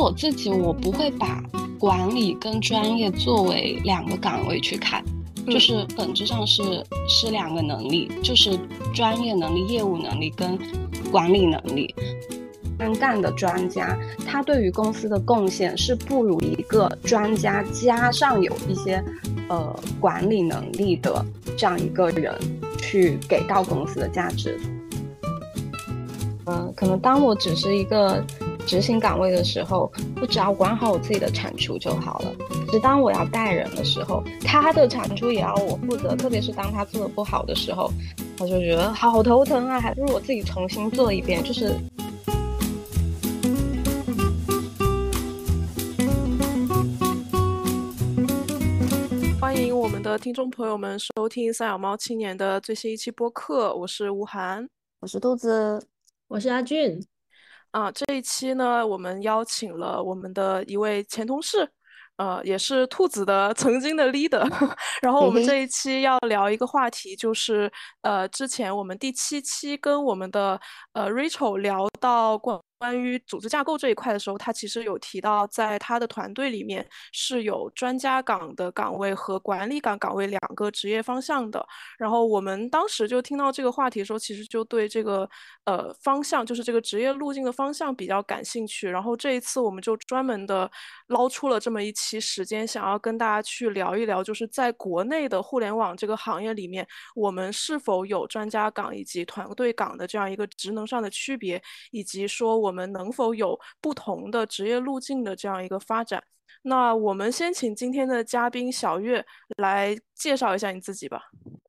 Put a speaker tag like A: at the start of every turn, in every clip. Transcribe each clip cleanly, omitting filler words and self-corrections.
A: 我自己，我不会把管理跟专业作为两个岗位去看，就是本质上是两个能力，就是专业能力、业务能力跟管理能力。单干的专家，他对于公司的贡献是不如一个专家加上有一些管理能力的这样一个人去给到公司的价值。可能当我只是一个执行岗位的时候，我只要管好我自己的产出就好了。只当我要带人的时候，他的产出也要我负责，特别是当他做得不好的时候，我就觉得好头疼啊，还不如我自己重新做一遍。就是
B: 欢迎我们的听众朋友们收听三脚猫青年的最新一期播客，我是吴涵，
C: 我是肚子，
D: 我是阿俊。
B: 这一期呢，我们邀请了我们的一位前同事，也是兔子的曾经的 leader 然后我们这一期要聊一个话题，就是之前我们第7期跟我们的Rachel 聊到关于组织架构这一块的时候，他其实有提到，在他的团队里面是有专家岗的岗位和管理岗位2个职业方向的。然后我们当时就听到这个话题的时候，其实就对这个方向，就是这个职业路径的方向比较感兴趣。然后这一次我们就专门的捞出了这么一期时间，想要跟大家去聊一聊，就是在国内的互联网这个行业里面，我们是否有专家岗以及团队岗的这样一个职能上的区别，以及说我们能否有不同的职业路径的这样一个发展。那我们先请今天的嘉宾小月来介绍一下你自己吧。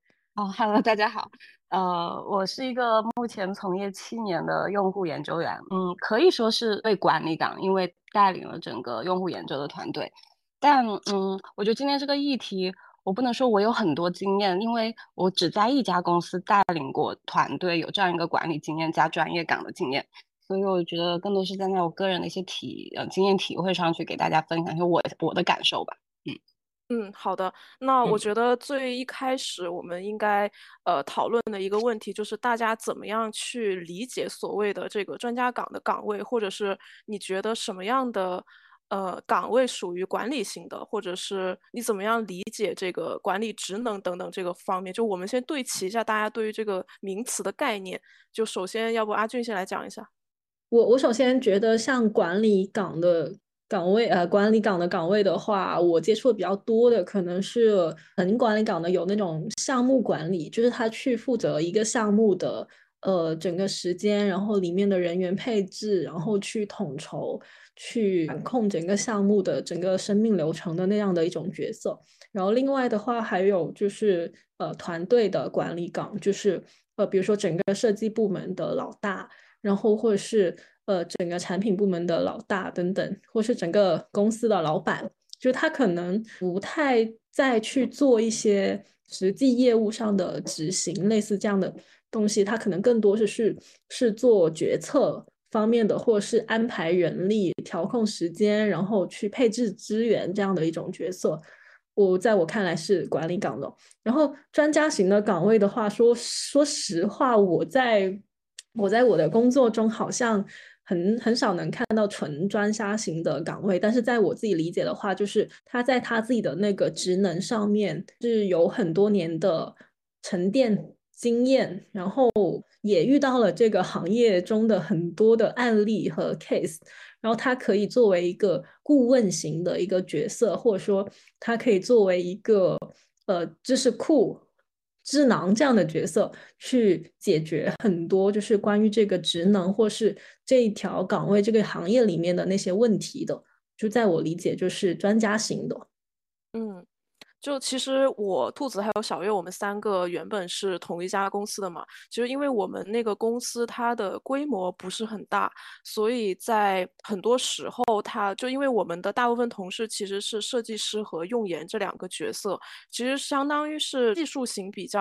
A: Hello， 大家好。我是一个目前从业7年的用户研究员，可以说是对管理岗，因为带领了整个用户研究的团队。但我觉得今天这个议题，我不能说我有很多经验，因为我只在一家公司带领过团队，有这样一个管理经验加专业岗的经验，所以我觉得更多是站在我个人的一些经验体会上去给大家分享一下我的感受吧。
B: 好的。那我觉得最一开始我们应该讨论的一个问题就是大家怎么样去理解所谓的这个专家岗的岗位，或者是你觉得什么样的岗位属于管理型的，或者是你怎么样理解这个管理职能等等这个方面。就我们先对齐一下大家对于这个名词的概念。就首先要不阿俊先来讲一下。
D: 我首先觉得像管理岗的岗位，管理岗的岗位的话，我接触的比较多的可能是肯定管理岗的有那种项目管理，就是他去负责一个项目的整个时间，然后里面的人员配置，然后去统筹、去管控整个项目的整个生命流程的那样的一种角色。然后另外的话，还有就是团队的管理岗，就是比如说整个设计部门的老大。然后或者是整个产品部门的老大等等，或是整个公司的老板，就他可能不太再去做一些实际业务上的执行，类似这样的东西，他可能更多是做决策方面的，或者是安排人力、调控时间，然后去配置资源这样的一种角色。在我看来是管理岗的。然后专家型的岗位的话，说实话，我在我的工作中好像很少能看到纯专家型的岗位，但是在我自己理解的话，就是他在他自己的那个职能上面是有很多年的沉淀经验，然后也遇到了这个行业中的很多的案例和 case，然后他可以作为一个顾问型的一个角色，或者说他可以作为一个知识库、智囊这样的角色去解决很多就是关于这个职能或是这一条岗位这个行业里面的那些问题的，就在我理解就是专家型的。
B: 嗯。就其实我兔子还有小月，我们3个原本是同一家公司的嘛。其实因为我们那个公司它的规模不是很大，所以在很多时候，它就因为我们的大部分同事其实是设计师和用研这2个角色，其实相当于是技术型比较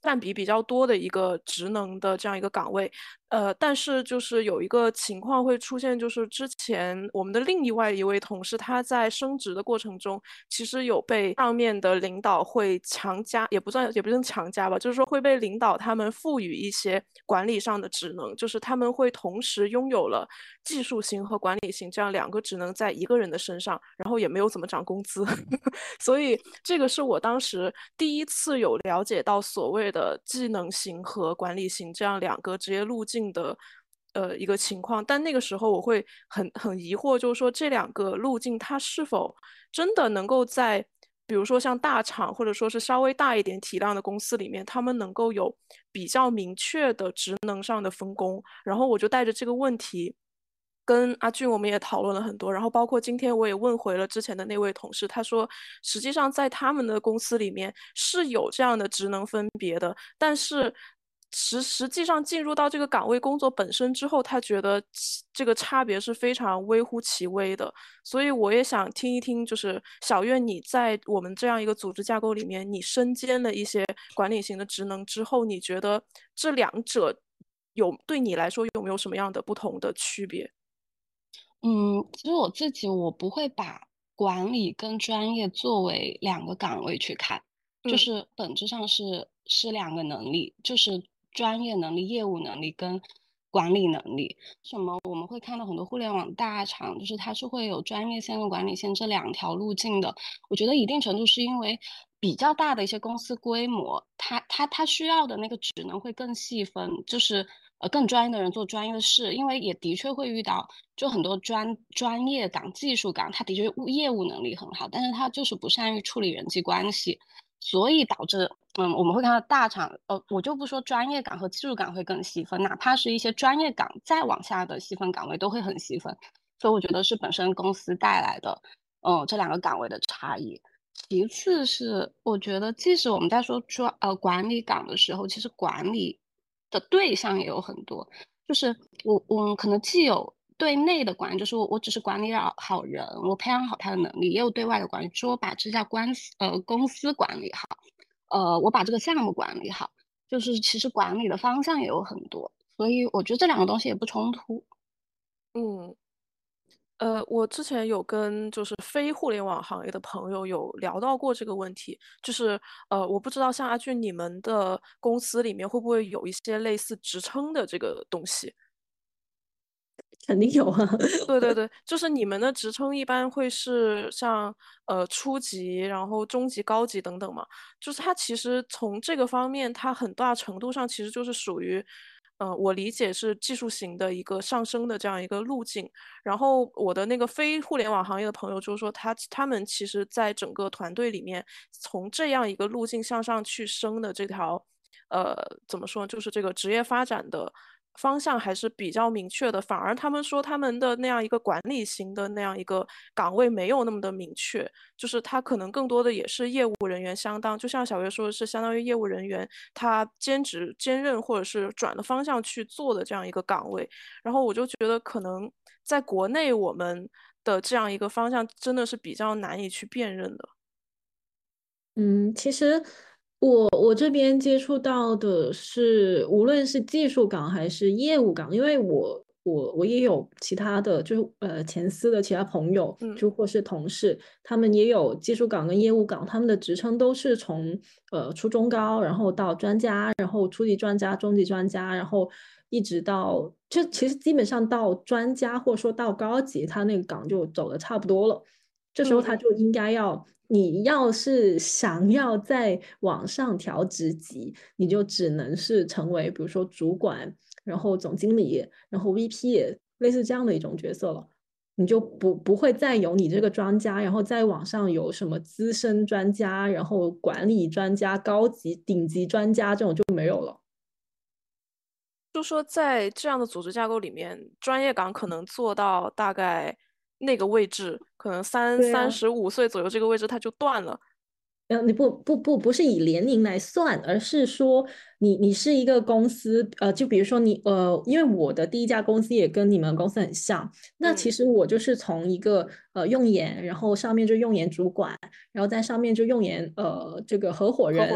B: 占比比较多的一个职能的这样一个岗位。但是就是有一个情况会出现，就是之前我们的另外一位同事，他在升职的过程中，其实有被上面的领导会强加，也不算强加吧，就是说会被领导他们赋予一些管理上的职能，就是他们会同时拥有了技术型和管理型这样两个职能在一个人的身上，然后也没有怎么涨工资，所以这个是我当时第一次有了解到所谓的技能型和管理型这样两个职业路径的一个情况。但那个时候我会很疑惑，就是说这两个路径它是否真的能够在比如说像大厂或者说是稍微大一点体量的公司里面，他们能够有比较明确的职能上的分工。然后我就带着这个问题跟阿俊我们也讨论了很多，然后包括今天我也问回了之前的那位同事，他说实际上在他们的公司里面是有这样的职能分别的，但是实际上进入到这个岗位工作本身之后，他觉得这个差别是非常微乎其微的。所以我也想听一听，就是小月你在我们这样一个组织架构里面，你身兼了一些管理型的职能之后，你觉得这两者对你来说有没有什么样的不同的区别？
A: 其实我自己我不会把管理跟专业作为两个岗位去看，就
B: 嗯
A: 是本质上是两个能力，就是专业能力、业务能力跟管理能力。我们会看到很多互联网大厂，就是它是会有专业线跟管理线这两条路径的。我觉得一定程度是因为比较大的一些公司规模，它需要的那个职能会更细分，就是更专业的人做专业的事，因为也的确会遇到就很多专业岗、技术岗，他的确业务能力很好，但是他就是不善于处理人际关系，所以导致我们会看到大厂，我就不说专业岗和技术岗会更细分，哪怕是一些专业岗再往下的细分岗位都会很细分，所以我觉得是本身公司带来的，这两个岗位的差异。其次是我觉得，即使我们在说管理岗的时候，其实管理的对象也有很多，就是我可能既有对内的管理，就是我只是管理好人，我培养好他的能力，也有对外的管理，就是我把这家公司管理好，我把这个项目管理好，就是其实管理的方向也有很多，所以我觉得这两个东西也不冲突。
B: 嗯。我之前有跟就是非互联网行业的朋友有聊到过这个问题，就是我不知道像阿俊你们的公司里面会不会有一些类似职称的这个东西？
D: 肯定有啊。
B: 对对对，就是你们的职称一般会是像初级，然后中级、高级等等嘛。就是它其实从这个方面，它很大程度上其实就是属于，我理解是技术型的一个上升的这样一个路径。然后我的那个非互联网行业的朋友就是说他们其实在整个团队里面，从这样一个路径向上去升的这条。怎么说，就是这个职业发展的方向还是比较明确的，反而他们说他们的那样一个管理型的那样一个岗位没有那么的明确，就是他可能更多的也是业务人员相当，就像小月说的是相当于业务人员，他兼职兼任或者是转了方向去做的这样一个岗位，然后我就觉得可能在国内我们的这样一个方向真的是比较难以去辨认的。
D: 其实我这边接触到的是，无论是技术岗还是业务岗，因为我也有其他的，就是前司的其他朋友，
B: 嗯
D: 就或是同事，他们也有技术岗跟业务岗，他们的职称都是从初中高，然后到专家，然后初级专家、中级专家，然后一直到就其实基本上到专家或者说到高级，他那个岗就走的差不多了。这时候
B: 嗯嗯
D: 他就应该要，你要是想要在往上调职级，你就只能是成为比如说主管，然后总经理，然后 VP，类似这样的一种角色了。你就不会再有你这个专家，然后在网上有什么资深专家，然后管理专家、高级顶级专家这种就没有了。
B: 就说在这样的组织架构里面，专业岗可能做到大概那个位置，可能
D: 对啊，
B: 35岁左右这个位置它就断了。
D: 你不是以年龄来算，而是说你是一个公司，就比如说因为我的第一家公司也跟你们公司很像，那其
B: 嗯，
D: 实我就是从一个用研，然后上面就用研主管，然后在上面就用研这个合伙人，
B: 合伙人。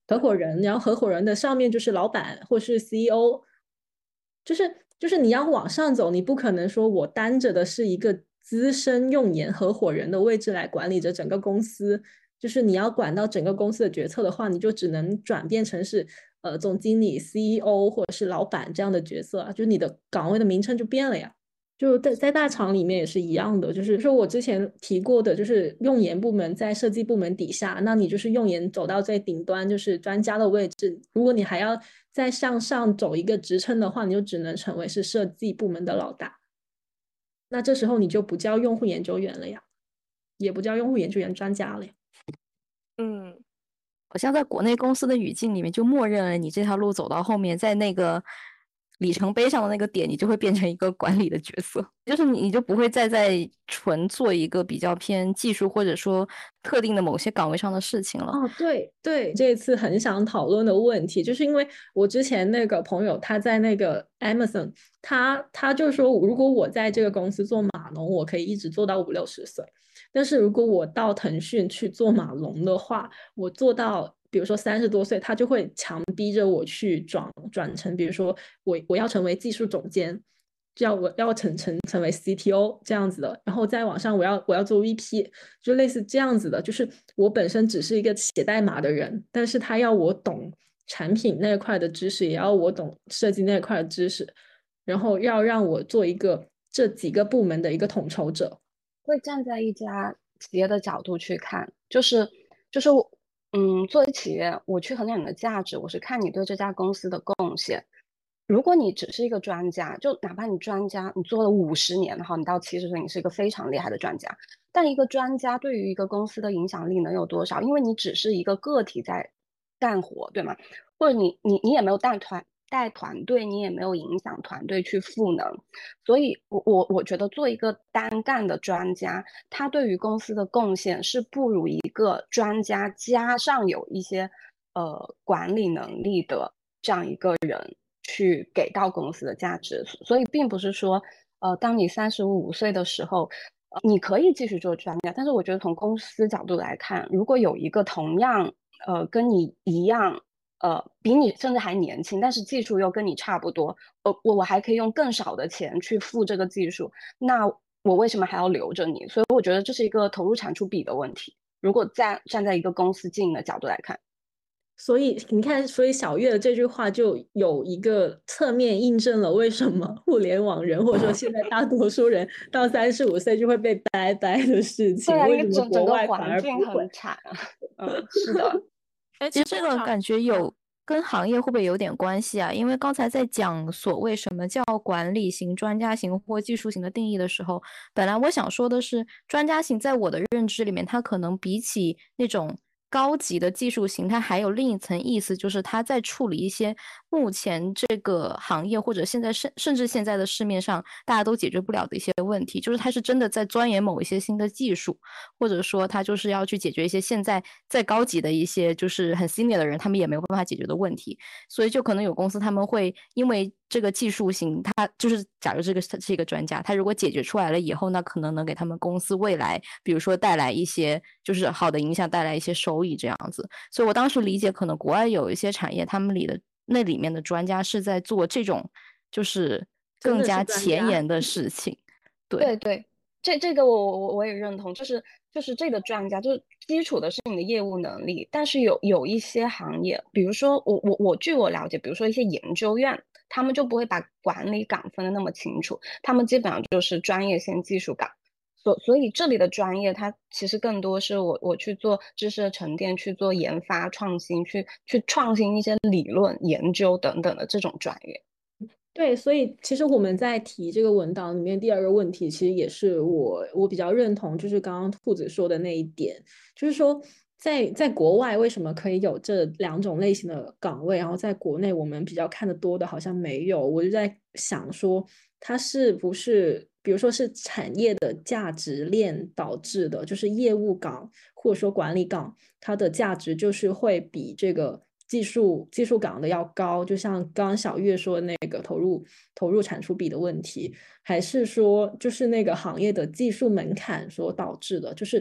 D: 合伙人，然后合伙人的上面就是老板或是 CEO，就是你要往上走，你不可能说我担着的是一个资深用研合伙人的位置来管理着整个公司，就是你要管到整个公司的决策的话，你就只能转变成是总经理、CEO 或者是老板这样的角色啊，就你的岗位的名称就变了呀。就在大厂里面也是一样的，就是说我之前提过的，就是用研部门在设计部门底下，那你就是用研走到最顶端，就是专家的位置。如果你还要再向上走一个职称的话，你就只能成为是设计部门的老大。那这时候你就不叫用户研究员了呀，也不叫用户研究员专家了呀。
B: 嗯，
C: 好像在国内公司的语境里面，就默认了你这条路走到后面，在那个里程碑上的那个点，你就会变成一个管理的角色，就是你就不会再在纯做一个比较偏技术或者说特定的某些岗位上的事情了。
D: 哦，对对，这次很想讨论的问题，就是因为我之前那个朋友他在那个 Amazon，他就说，如果我在这个公司做码农，我可以一直做到50-60岁。但是如果我到腾讯去做码农的话，我做到比如说30多岁，他就会强逼着我去转成，比如说我要成为技术总监，我要成为 CTO 这样子的，然后再往上我要做 VP，就类似这样子的。就是我本身只是一个写代码的人，但是他要我懂产品那一块的知识，也要我懂设计那一块的知识，然后要让我做一个这几个部门的一个统筹者。
A: 会站在一家企业的角度去看，就是我，作为企业，我去衡量你的价值，我是看你对这家公司的贡献。如果你只是一个专家，就哪怕你专家，你做了50年，哈，你到70岁，你是一个非常厉害的专家，但一个专家对于一个公司的影响力能有多少？因为你只是一个个体在干活，对吗？或者你也没有带团队，你也没有影响团队去赋能，所以我觉得做一个单干的专家，他对于公司的贡献是不如一个专家加上有一些管理能力的这样一个人去给到公司的价值。所以并不是说当你35、5岁的时候。你可以继续做专家，但是我觉得从公司角度来看，如果有一个同样跟你一样比你甚至还年轻，但是技术又跟你差不多，我还可以用更少的钱去付这个技术，那我为什么还要留着你？所以我觉得这是一个投入产出比的问题。如果站在一个公司经营的角度来看，
D: 所以你看，所以小月的这句话就有一个侧面印证了为什么互联网人或者说现在大多数人到35岁就会被拜拜的事情。
A: 对啊，因
D: 为什么
A: 为整个
D: 国外反
A: 环境
D: 而不会？
A: 很惨啊。是的。
B: 哎，
C: 其实这个感觉有跟行业会不会有点关系啊？因为刚才在讲所谓什么叫管理型、专家型或技术型的定义的时候，本来我想说的是，专家型在我的认知里面，它可能比起那种高级的技术型，它还有另一层意思，就是它在处理一些目前这个行业或者现在甚至现在的市面上大家都解决不了的一些问题，就是它是真的在钻研某一些新的技术，或者说它就是要去解决一些现在再高级的一些就是很 senior 的人他们也没有办法解决的问题，所以就可能有公司他们会因为这个技术型，他就是假如这个是一个专家，他如果解决出来了以后，那可能能给他们公司未来比如说带来一些就是好的影响，带来一些收益这样子。所以我当时理解可能国外有一些产业他们那里面的专家是在做这种就是更加前沿的事情。对
A: 对，这个我也认同，就是这个专家就是基础的是你的业务能力，但是有一些行业，比如说据我了解，比如说一些研究院，他们就不会把管理岗分得那么清楚，他们基本上就是专业性技术岗。所以这里的专业，它其实更多是我去做知识的沉淀，去做研发创新，去创新一些理论研究等等的这种专业。
D: 对，所以其实我们在提这个文档里面第二个问题，其实也是我比较认同，就是刚刚兔子说的那一点，就是说在国外为什么可以有这两种类型的岗位，然后在国内我们比较看得多的好像没有。我就在想说，它是不是比如说是产业的价值链导致的，就是业务岗或者说管理岗，它的价值就是会比这个技术岗的要高，就像刚刚小月说的那个投入产出比的问题，还是说就是那个行业的技术门槛所导致的？就是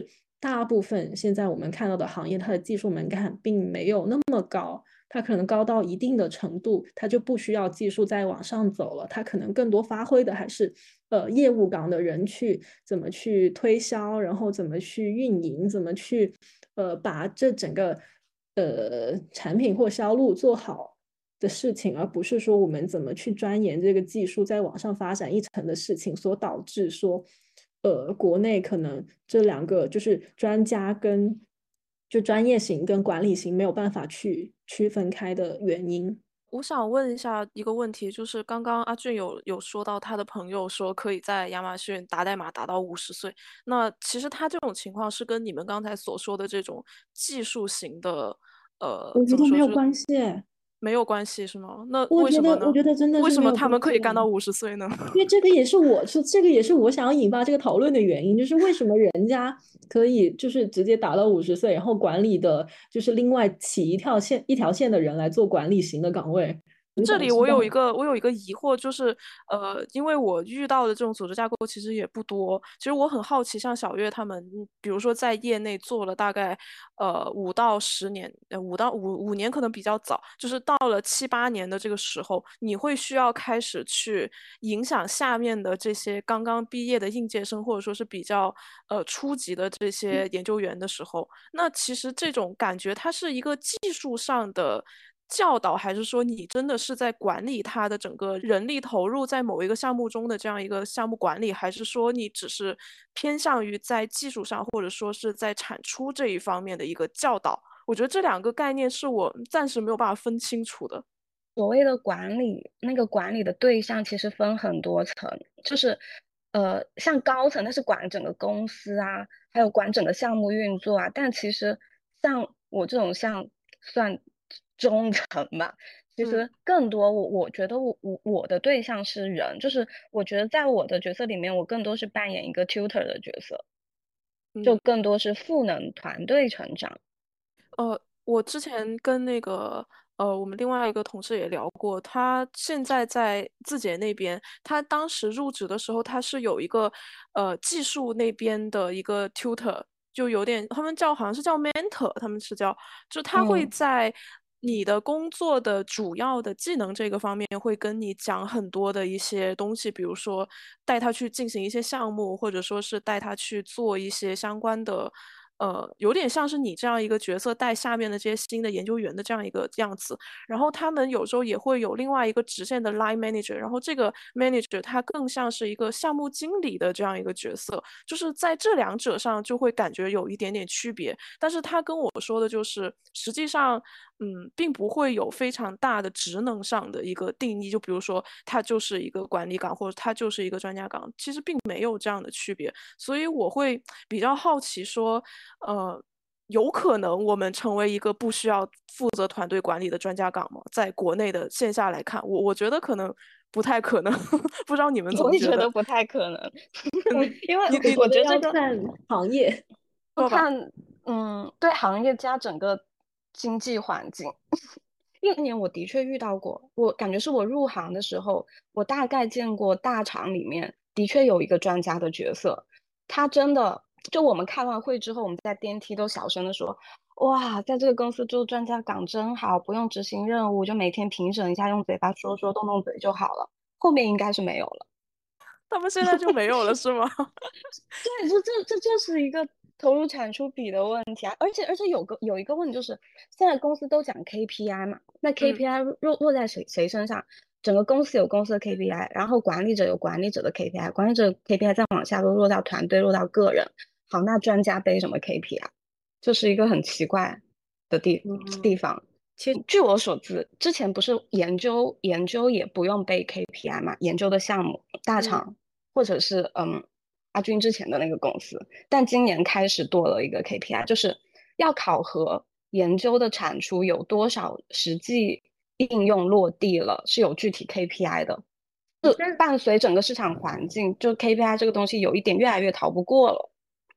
D: 大部分现在我们看到的行业，它的技术门槛并没有那么高，它可能高到一定的程度，它就不需要技术再往上走了，它可能更多发挥的还是业务岗的人去怎么去推销，然后怎么去运营，怎么去把这整个产品或销路做好的事情，而不是说我们怎么去钻研这个技术再往上发展一层的事情，所导致说国内可能这两个就是专家跟就专业型跟管理型没有办法去区分开的原因。
B: 我想问一下一个问题，就是刚刚阿俊有说到他的朋友说可以在亚马逊打代码打到50岁，那其实他这种情况是跟你们刚才所说的这种技术型的，
D: 我觉
B: 怎么说，
D: 得没有
B: 就是
D: 关系，
B: 没有关系是吗？那
D: 我觉得，
B: 为什么呢？
D: 我觉得真的是没有
B: 为什么他们
D: 关系的。
B: 可以干到50岁呢？
D: 因为这个也是我想要引发这个讨论的原因，就是为什么人家可以就是直接达到50岁，然后管理的就是另外起一条线的人来做管理型的岗位，我
B: 这里
D: 想知道。
B: 我有一个疑惑，就是因为我遇到的这种组织架构其实也不多，其实我很好奇，像小月他们，比如说在业内做了大概5到10年，5年可能比较早，就是到了7、8年的这个时候，你会需要开始去影响下面的这些刚刚毕业的应届生，或者说是比较初级的这些研究员的时候，那其实这种感觉它是一个技术上的教导，还是说你真的是在管理他的整个人力投入在某一个项目中的这样一个项目管理，还是说你只是偏向于在技术上或者说是在产出这一方面的一个教导？我觉得这两个概念是我暂时没有办法分清楚的。
A: 所谓的管理，那个管理的对象其实分很多层，就是像高层，那是管整个公司啊，还有管整个项目运作啊。但其实像我这种像算中层吧，其
B: 嗯
A: 实更多我觉得我的对象是人，就是我觉得在我的角色里面，我更多是扮演一个 tutor 的角色，就
B: 嗯。
A: 更多是赋能团队成长。
B: 我之前跟那个我们另外一个同事也聊过，他现在在字节那边，他当时入职的时候，他是有一个技术那边的一个 tutor，就有点他们叫好像是叫 mentor，他们是叫，就他会
A: 嗯。
B: 在你的工作的主要的技能这个方面，会跟你讲很多的一些东西，比如说带他去进行一些项目，或者说是带他去做一些相关的。有点像是你这样一个角色带下面的这些新的研究员的这样一个样子，然后他们有时候也会有另外一个直线的 line manager，然后这个 manager 他更像是一个项目经理的这样一个角色，就是在这两者上就会感觉有一点点区别，但是他跟我说的就是，实际上，并不会有非常大的职能上的一个定义，就比如说他就是一个管理岗，或者他就是一个专家岗，其实并没有这样的区别，所以我会比较好奇说，有可能我们成为一个不需要负责团队管理的专家岗吗？在国内的线下来看，我觉得可能不太可能，不知道你们怎
A: 我也
B: 么觉得？
A: 觉得不太可能，
B: 嗯，
A: 因为
B: 你
A: 我
D: 我觉得
A: 觉得这个
D: 要看行业。
B: 说吧。
A: 对行业加整个经济环境。1年我的确遇到过，我感觉是我入行的时候，我大概见过大厂里面的确有一个专家的角色，他真的就我们开完会之后，我们在电梯都小声的说，哇，在这个公司做专家岗真好，不用执行任务，就每天评审一下，用嘴巴说说，动动嘴就好了。后面应该是没有了。
B: 他们现在就没有了，是吗？
A: 对，这就是一个投入产出比的问题啊，而且有一个问题就是，现在公司都讲 KPI 嘛，那
B: 嗯
A: KPI 落在谁身上？整个公司有公司的 KPI，然后管理者有管理者的 KPI，管理者 KPI 再往下落到团队，落到个人。好，那专家背什么 KPI？就是一个很奇怪的地方。其实据我所知，之前不是研究也不用背 KPI 嘛，研究的项目大厂或者是阿军之前的那个公司，但今年开始多了一个 KPI，就是要考核研究的产出有多少实际应用落地了，是有具体 KPI 的。
D: 但
A: 伴随整个市场环境，就 KPI 这个东西有一点越来越逃不过了。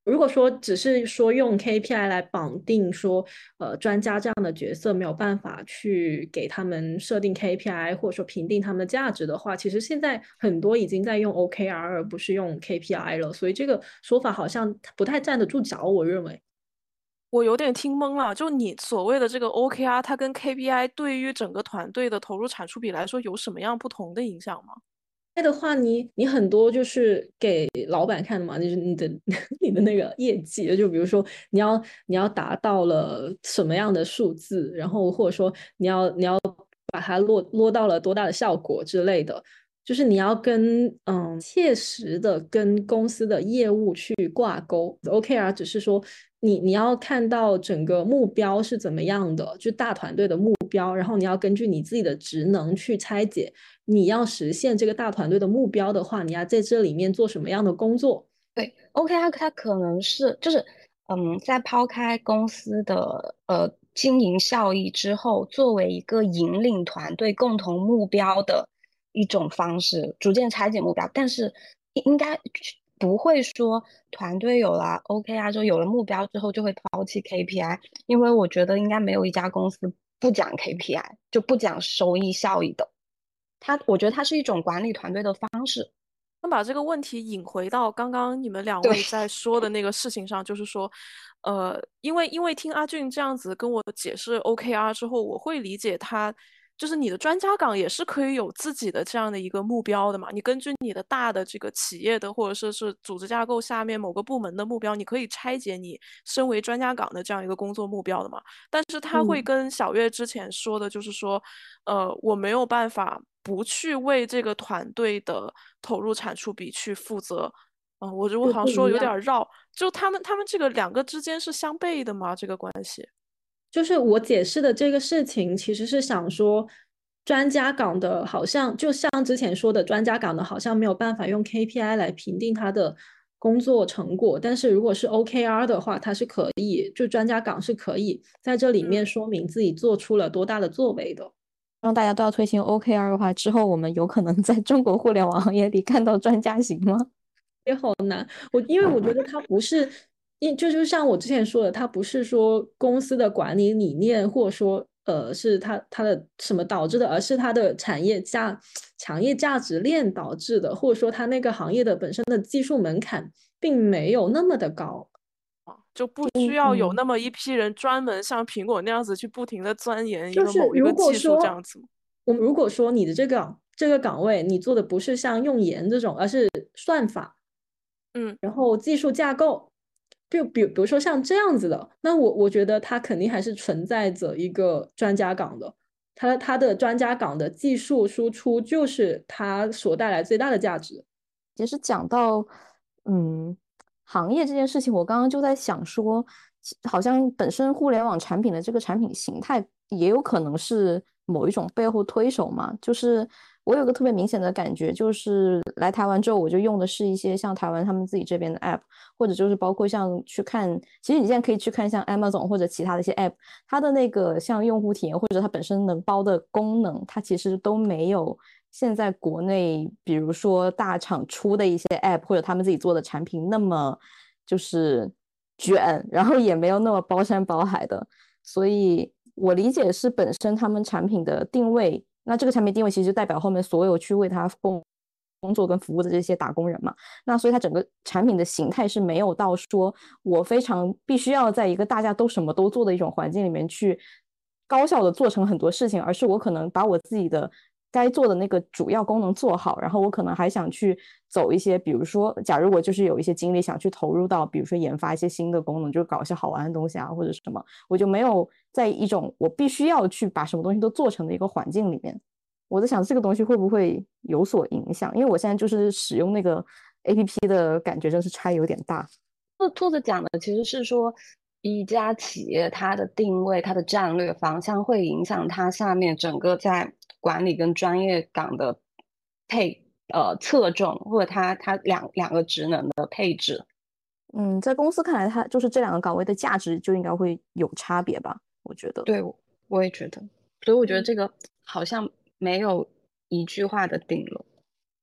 D: 如果说只是说用 KPI 来绑定说，专家这样的角色没有办法去给他们设定 KPI，或者说评定他们的价值的话，其实现在很多已经在用 OKR 而不是用 KPI 了，所以这个说法好像不太站得住脚，我认为。
B: 我有点听懵了，就你所谓的这个 OKR，它跟 KPI 对于整个团队的投入产出比来说有什么样不同的影响吗？
D: 的话你很多就是给老板看的嘛，就是你的你的那个业绩，就比如说你要达到了什么样的数字，然后或者说你要把它落到了多大的效果之类的，就是你要跟切实的跟公司的业务去挂钩。OKR 只是说你要看到整个目标是怎么样的，就大团队的目标，然后你要根据你自己的职能去拆解。你要实现这个大团队的目标的话，你要在这里面做什么样的工作？
A: 对，OKR 它可能是就是在抛开公司的经营效益之后，作为一个引领团队共同目标的一种方式，逐渐拆解目标。但是应该不会说团队有了 OKR 就有了目标之后就会抛弃 KPI，因为我觉得应该没有一家公司不讲 KPI，就不讲收益效益的。我觉得它是一种管理团队的方式。
B: 那把这个问题引回到刚刚你们两
A: 对，
B: 位在说的那个事情上，就是说，因为听阿俊这样子跟我解释 OKR 之后，我会理解他，就是你的专家岗也是可以有自己的这样的一个目标的嘛。你根据你的大的这个企业的或者是组织架构下面某个部门的目标，你可以拆解你身为专家岗的这样一个工作目标的嘛。但是他会
D: 嗯，
B: 跟小月之前说的，就是说，我没有办法不去为这个团队的投入产出比去负责。我
D: 就
B: 好像说有
D: 不一样。
B: 点绕，就他们这个两个之间是相悖的吗？这个关系？
D: 就是我解释的这个事情，其实是想说，专家岗的好像就像之前说的，专家岗的好像没有办法用 KPI 来评定他的工作成果，但是如果是 OKR 的话，它是可以，就专家岗是可以在这里面
B: 嗯。
D: 说明自己做出了多大的作为的。
C: 让大家都要推行 OKR 的话，之后我们有可能在中国互联网行业里看到专家型吗？
D: 因为我觉得它不是，就像我之前说的，它不是说公司的管理理念，或者说是它的什么导致的，而是它的产业价值链导致的，或者说它那个行业的本身的技术门槛并没有那么的高。
B: 就不需要有那么一批人专门像苹果那样子去不停的钻研一
D: 就是
B: 个某一个技术这样子。
D: 如果说你的这个岗位你做的不是像用研这种，而是算法，
B: 嗯。
D: 然后技术架构，就比如说像这样子的，那我觉得它肯定还是存在着一个专家岗的，它的专家岗的技术输出就是它所带来最大的价值。
C: 其实讲到嗯行业这件事情，我刚刚就在想说，好像本身互联网产品的这个产品形态也有可能是某一种背后推手嘛。就是我有个特别明显的感觉，就是来台湾之后，我就用的是一些像台湾他们自己这边的 app，或者就是包括像去看，其实你现在可以去看像 Amazon 或者其他的一些 app，它的那个像用户体验或者它本身能包的功能，它其实都没有现在国内比如说大厂出的一些 app 或者他们自己做的产品那么就是卷，然后也没有那么包山包海的。所以我理解是本身他们产品的定位，那这个产品定位其实就代表后面所有去为他工作跟服务的这些打工人嘛。那所以它整个产品的形态是没有到说我非常必须要在一个大家都什么都做的一种环境里面去高效的做成很多事情，而是我可能把我自己的该做的那个主要功能做好，然后我可能还想去走一些，比如说假如我就是有一些精力想去投入到比如说研发一些新的功能，就搞一些好玩的东西啊或者什么，我就没有在一种我必须要去把什么东西都做成的一个环境里面。我在想这个东西会不会有所影响，因为我现在就是使用那个 APP 的感觉真是差有点大。
A: 兔子讲的其实是说，一家企业它的定位、它的战略方向会影响它下面整个在管理跟专业岗的侧重，或者它两个职能的配置。
C: 在公司看来，它就是这两个岗位的价值就应该会有差别吧，我觉得。
A: 对，我也觉得，所以我觉得这个好像没有一句话的定论。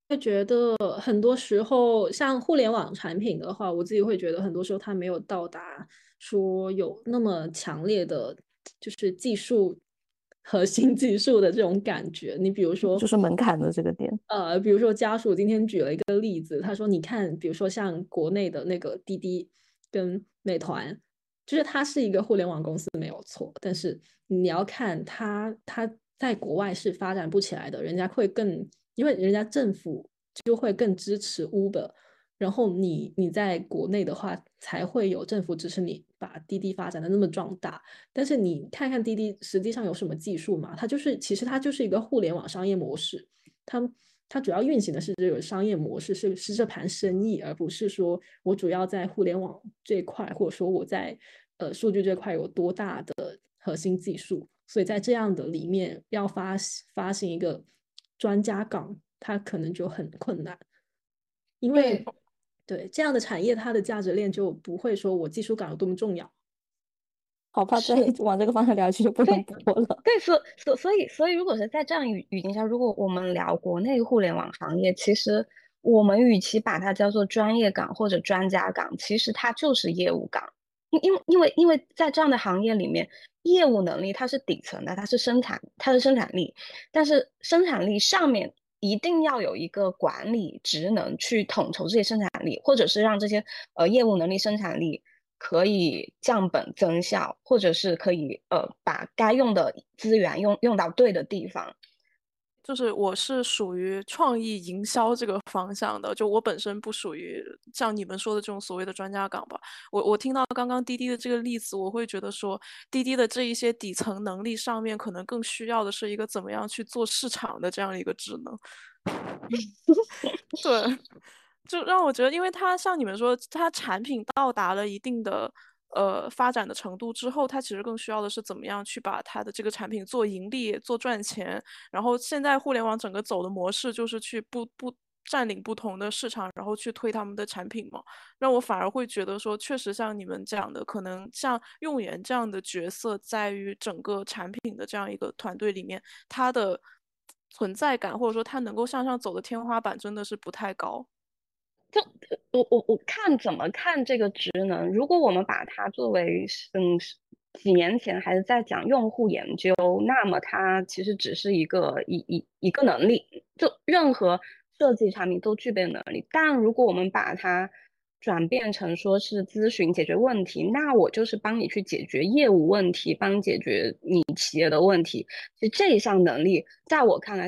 D: 会觉得很多时候，像互联网产品的话，我自己会觉得很多时候它没有到达说有那么强烈的，就是技术核心技术的这种感觉。你比如说，
C: 就是门槛的这个点。
D: 比如说家属今天举了一个例子，他说，你看，比如说像国内的那个滴滴跟美团，就是它是一个互联网公司没有错，但是你要看它在国外是发展不起来的，人家会更，因为人家政府就会更支持 Uber，然后你在国内的话才会有政府支持你把滴滴发展的那么壮大。但是你看看滴滴实际上有什么技术嘛？它就是其实它就是一个互联网商业模式，它主要运行的是这个商业模式，是这盘生意，而不是说我主要在互联网这块，或者说我在数据这块有多大的核心技术。所以在这样的里面要发行一个专家岗，它可能就很困难，因为对这样的产业，它的价值链就不会说我技术岗有多么重要。
C: 好怕再往这个方向聊下去就不能播了。
A: 对，所以，如果是在这样语境下，如果我们聊国内互联网行业，其实我们与其把它叫做专业岗或者专家岗，其实它就是业务岗。因为在这样的行业里面，业务能力它是底层的，它是生产力，但是生产力上面一定要有一个管理职能去统筹这些生产力，或者是让这些业务能力、生产力可以降本增效，或者是可以把该用的资源用到对的地方。
B: 就是我是属于创意营销这个方向的，就我本身不属于像你们说的这种所谓的专家岗吧。我听到刚刚滴滴的这个例子，我会觉得说，滴滴的这一些底层能力上面，可能更需要的是一个怎么样去做市场的这样一个职能。对，就让我觉得，因为它像你们说，它产品到达了一定的发展的程度之后，它其实更需要的是怎么样去把它的这个产品做盈利、做赚钱。然后现在互联网整个走的模式就是去不占领不同的市场，然后去推他们的产品嘛。让我反而会觉得说，确实像你们讲的，可能像用研这样的角色，在于整个产品的这样一个团队里面，它的存在感或者说它能够向上走的天花板真的是不太高。
A: 就我看怎么看这个职能，如果我们把它作为几年前还是在讲用户研究，那么它其实只是一个能力，就任何设计产品都具备能力。但如果我们把它转变成说是咨询解决问题，那我就是帮你去解决业务问题，帮你解决你企业的问题。其实这一项能力，在我看来，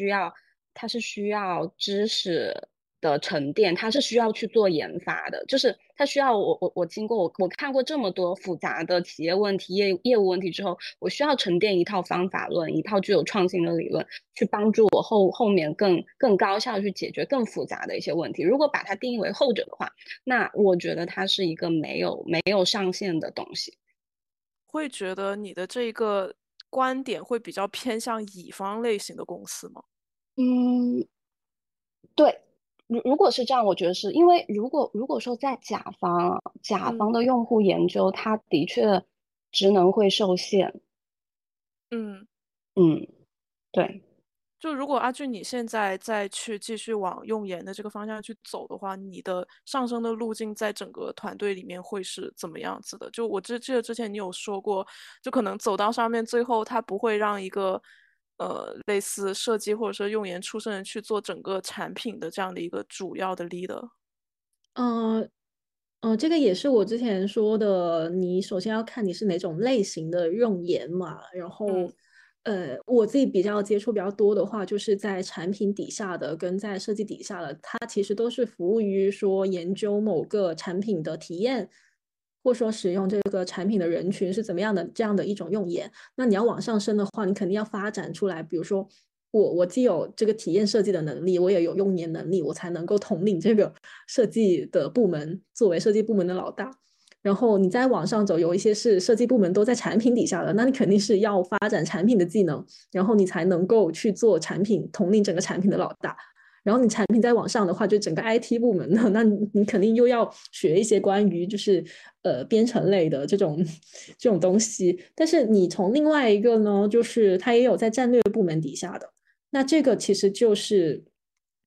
A: 它是需要知识的沉淀，它是需要去做研发的，就是它需要我经过我看过这么多复杂的企业问题、业务问题之后，我需要沉淀一套方法论，一套具有创新的理论，去帮助我后面更高效去解决更复杂的一些问题。如果把它定义为后者的话，那我觉得它是一个没有上限的东西。
B: 会觉得你的这个观点会比较偏向乙方类型的公司吗？
A: 嗯，对，如果是这样，我觉得是因为如果说在甲方
B: 嗯
A: 的用户研究，它的确职能会受限。
B: 嗯。
A: 嗯，对。
B: 就如果阿俊你现在再去继续往用研的这个方向去走的话，你的上升的路径在整个团队里面会是怎么样子的？就我记得之前你有说过，就可能走到上面，最后他不会让一个类似设计或者说用研出身人去做整个产品的这样的一个主要的 leader。
D: 嗯这个也是我之前说的，你首先要看你是哪种类型的用研嘛，然后，
B: 嗯
D: 我自己比较接触比较多的话，就是在产品底下的跟在设计底下的，它其实都是服务于说研究某个产品的体验，或者说使用这个产品的人群是怎么样的这样的一种用研。那你要往上升的话，你肯定要发展出来，比如说我既有这个体验设计的能力，我也有用研能力，我才能够统领这个设计的部门，作为设计部门的老大。然后你再往上走，有一些是设计部门都在产品底下的，那你肯定是要发展产品的技能，然后你才能够去做产品，统领整个产品的老大。然后你产品再往上的话，就整个 IT 部门的，那你肯定又要学一些关于就是编程类的这种东西。但是你从另外一个呢，就是它也有在战略部门底下的，那这个其实就是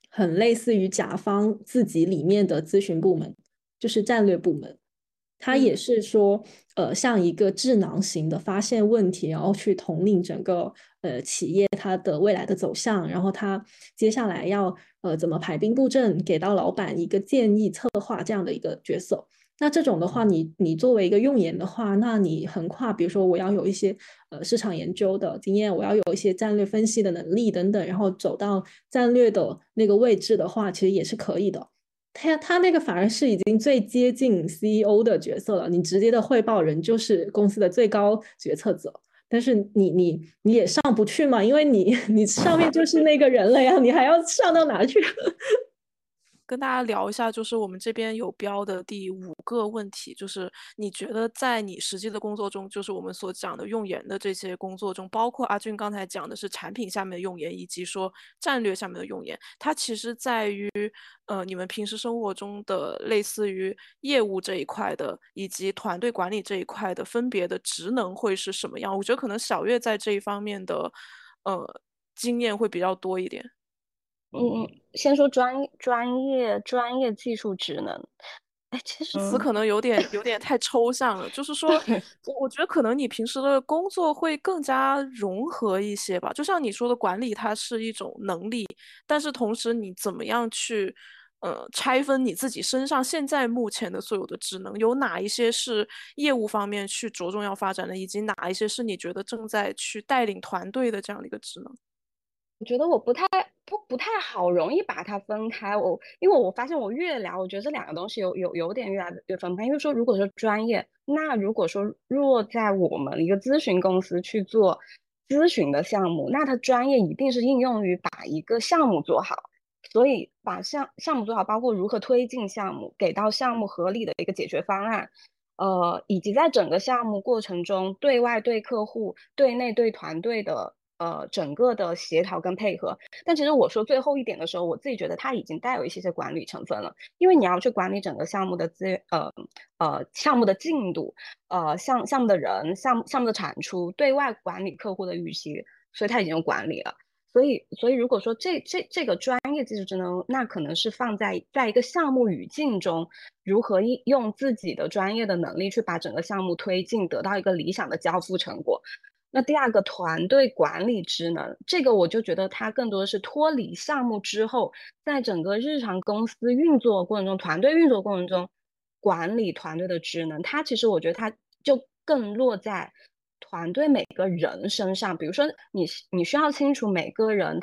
D: 很类似于甲方自己里面的咨询部门，就是战略部门。它也是说，像一个智囊型的发现问题，然后去统领整个企业它的未来的走向，然后它接下来要怎么排兵布阵，给到老板一个建议策划这样的一个角色。那这种的话，你作为一个用研的话，那你横跨，比如说我要有一些市场研究的经验，我要有一些战略分析的能力等等，然后走到战略的那个位置的话，其实也是可以的。他那个反而是已经最接近 CEO 的角色了，你直接的汇报人就是公司的最高决策者，但是你也上不去嘛，因为你上面就是那个人了呀，你还要上到哪去？
B: 跟大家聊一下，就是我们这边有标的第5个问题，就是你觉得在你实际的工作中，就是我们所讲的用研的这些工作中，包括阿俊刚才讲的是产品下面的用研，以及说战略下面的用研，它其实在于你们平时生活中的类似于业务这一块的，以及团队管理这一块的分别的职能会是什么样？我觉得可能小月在这一方面的经验会比较多一点。
A: 先说专业技术职能。其实
B: 词可能有点太抽象了，就是说，我觉得可能你平时的工作会更加融合一些吧。就像你说的，管理它是一种能力，但是同时你怎么样去拆分你自己身上现在目前的所有的职能，有哪一些是业务方面去着重要发展的，以及哪一些是你觉得正在去带领团队的这样的一个职能？
A: 我觉得我不太好，容易把它分开。因为我发现我越聊，我觉得这两个东西有点越来越分开。因为说如果说专业，那如果说若在我们一个咨询公司去做咨询的项目，那它专业一定是应用于把一个项目做好。所以把项目做好，包括如何推进项目，给到项目合理的一个解决方案，以及在整个项目过程中，对外对客户、对内对团队的整个的协调跟配合。但其实我说最后一点的时候，我自己觉得它已经带有一些管理成分了，因为你要去管理整个项目的资源，项目的进度，项目的人，项目的产出，对外管理客户的预期，所以它已经有管理了。所以如果说这个专业技术职能，那可能是放在一个项目语境中，如何用自己的专业的能力去把整个项目推进，得到一个理想的交付成果。那第二个团队管理职能，这个我就觉得它更多的是脱离项目之后，在整个日常公司运作过程中，团队运作过程中管理团队的职能，它其实我觉得它就更落在团队每个人身上。比如说你需要清楚每个人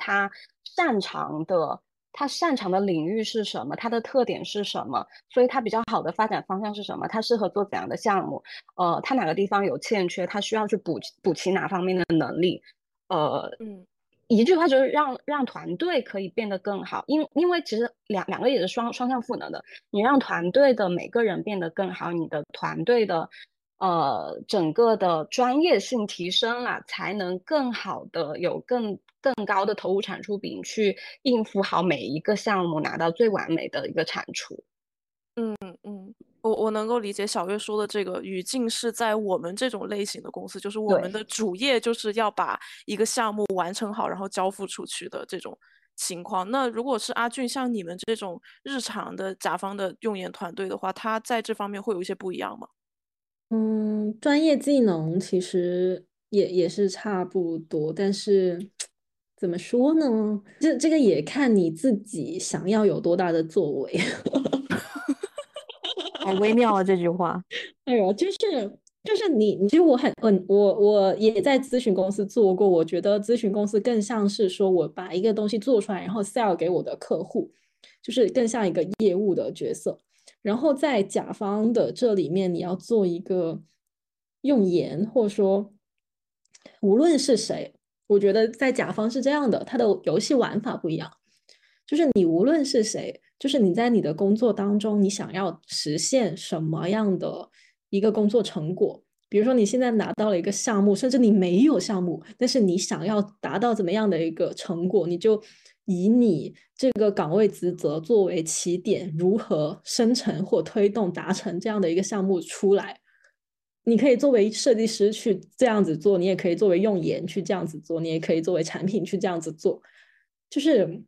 A: 他擅长的领域是什么，他的特点是什么，所以他比较好的发展方向是什么，他适合做怎样的项目，他哪个地方有欠缺，他需要去补齐哪方面的能力。一句话就是让团队可以变得更好。因为其实两个也是双向赋能的，你让团队的每个人变得更好，你的团队的整个的专业性提升了，才能更好的有更高的投入产出比去应付好每一个项目，拿到最完美的一个产出。
B: 我能够理解小月说的这个语境是在我们这种类型的公司，就是我们的主业就是要把一个项目完成好，然后交付出去的这种情况。那如果是阿俊像你们这种日常的甲方的用研团队的话，他在这方面会有一些不一样吗？
D: 专业技能其实也是差不多，但是怎么说呢？这个也看你自己想要有多大的作为。
C: 好微妙啊，这句话。
D: 哎呦，就是你，其实我也在咨询公司做过，我觉得咨询公司更像是说我把一个东西做出来，然后 sell 给我的客户，就是更像一个业务的角色。然后在甲方的这里面，你要做一个用研，或者说无论是谁，我觉得在甲方是这样的，它的游戏玩法不一样。就是你无论是谁，就是你在你的工作当中，你想要实现什么样的一个工作成果？比如说你现在拿到了一个项目，甚至你没有项目，但是你想要达到怎么样的一个成果，你就以你这个岗位职责作为起点，如何生成或推动达成这样的一个项目出来。你可以作为设计师去这样子做，你也可以作为用研去这样子做，你也可以作为产品去这样子做，就是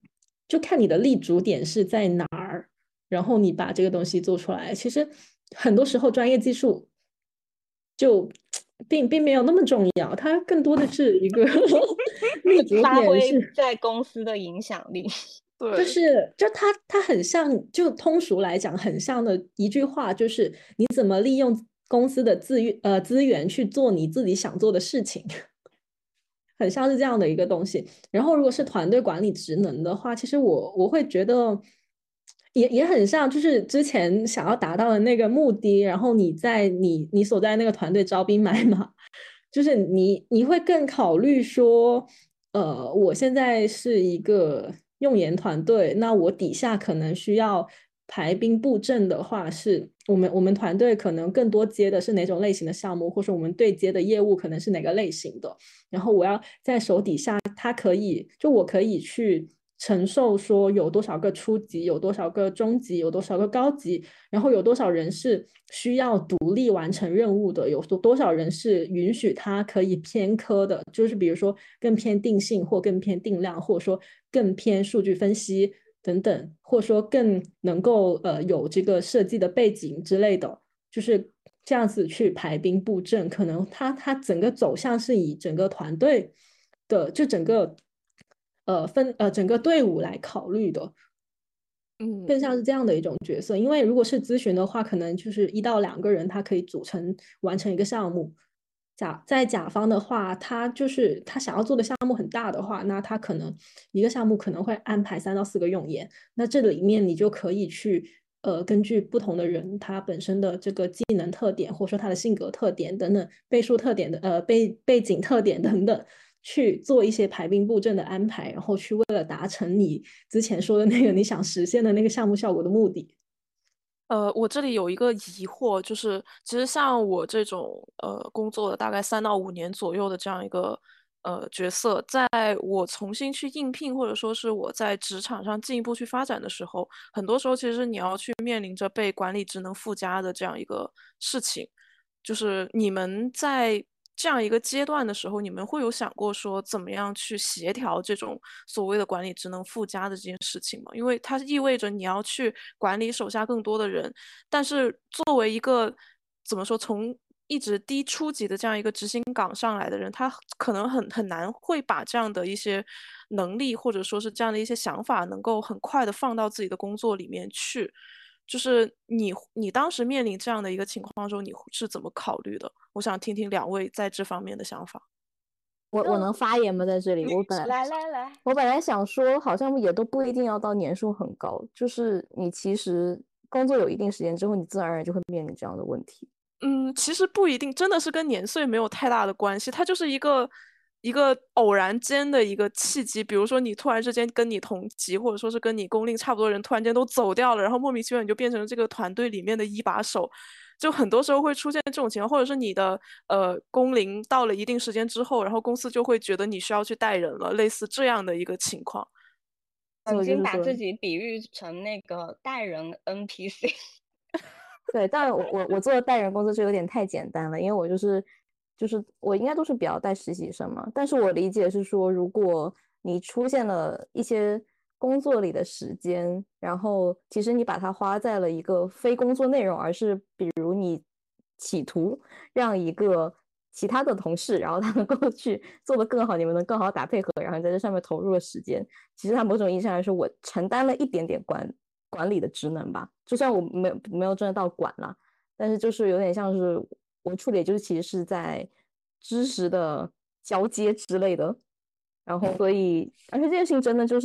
D: 就看你的立足点是在哪儿，然后你把这个东西做出来。其实很多时候专业技术就并没有那么重要，它更多的是一个立足
A: 发挥
D: 点是。
A: 在公司的影响力。
B: 对，
D: 它很像，就通俗来讲，很像的一句话，就是你怎么利用公司的资源去做你自己想做的事情，很像是这样的一个东西。然后，如果是团队管理职能的话，其实我会觉得也很像，就是之前想要达到的那个目的，然后你在你所在那个团队招兵买马，就是你会更考虑说。我现在是一个用研团队，那我底下可能需要排兵布阵的话，是我们团队可能更多接的是哪种类型的项目，或者说我们对接的业务可能是哪个类型的，然后我要在手底下，我可以去承受说有多少个初级，有多少个中级，有多少个高级，然后有多少人是需要独立完成任务的，有多少人是允许他可以偏科的，就是比如说更偏定性或更偏定量，或者说更偏数据分析等等，或者说更能够有这个设计的背景之类的，就是这样子去排兵布阵，可能它整个走向是以整个团队的就整个整个队伍来考虑的。更像是这样的一种角色，因为如果是咨询的话，可能就是1到2个人，他可以完成一个项目。在甲方的话，他想要做的项目很大的话，那他可能一个项目可能会安排3到4个用研。那这里面你就可以去根据不同的人他本身的这个技能特点，或者说他的性格特点等等，背书特点的背景特点等等。去做一些排兵布阵的安排，然后去为了达成你之前说的那个你想实现的那个项目效果的目的。
B: 我这里有一个疑惑，就是其实像我这种工作了大概3到5年左右的这样一个角色，在我重新去应聘或者说是我在职场上进一步去发展的时候，很多时候其实你要去面临着被管理职能附加的这样一个事情。就是你们在这样一个阶段的时候，你们会有想过说怎么样去协调这种所谓的管理职能附加的这件事情吗？因为它意味着你要去管理手下更多的人，但是作为一个怎么说，从一直低初级的这样一个执行岗上来的人，他可能很难会把这样的一些能力或者说是这样的一些想法，能够很快的放到自己的工作里面去。就是你当时面临这样的一个情况中，你是怎么考虑的？我想听听2位在这方面的想法。
C: 我能发言吗？在这里，
A: 来，
C: 我本来想说，好像也都不一定要到年数很高，就是你其实工作有一定时间之后，你自然而然就会面临这样的问题。
B: 其实不一定，真的是跟年岁没有太大的关系，它就是一个偶然间的一个契机。比如说，你突然之间跟你同级，或者说是跟你工龄差不多的人，突然间都走掉了，然后莫名其妙你就变成了这个团队里面的一把手。就很多时候会出现这种情况，或者是你的工龄到了一定时间之后，然后公司就会觉得你需要去带人了，类似这样的一个情况。
A: 曾经把
C: 所以就是说，
A: 自己比喻成那个带人 NPC。
C: 对，但我做的带人工作就有点太简单了，因为我就是我应该都是比较带实习生嘛，但是我理解是说，如果你出现了一些工作里的时间，然后其实你把它花在了一个非工作内容，而是比如你企图让一个其他的同事，然后他能够去做得更好，你们能更好打配合，然后在这上面投入了时间，其实它某种意义上来说，我承担了一点点管理的职能吧，就算我没有真的到管了，但是就是有点像是我处理，就是其实是在知识的交接之类的，然后所以而且这件事情真的就是，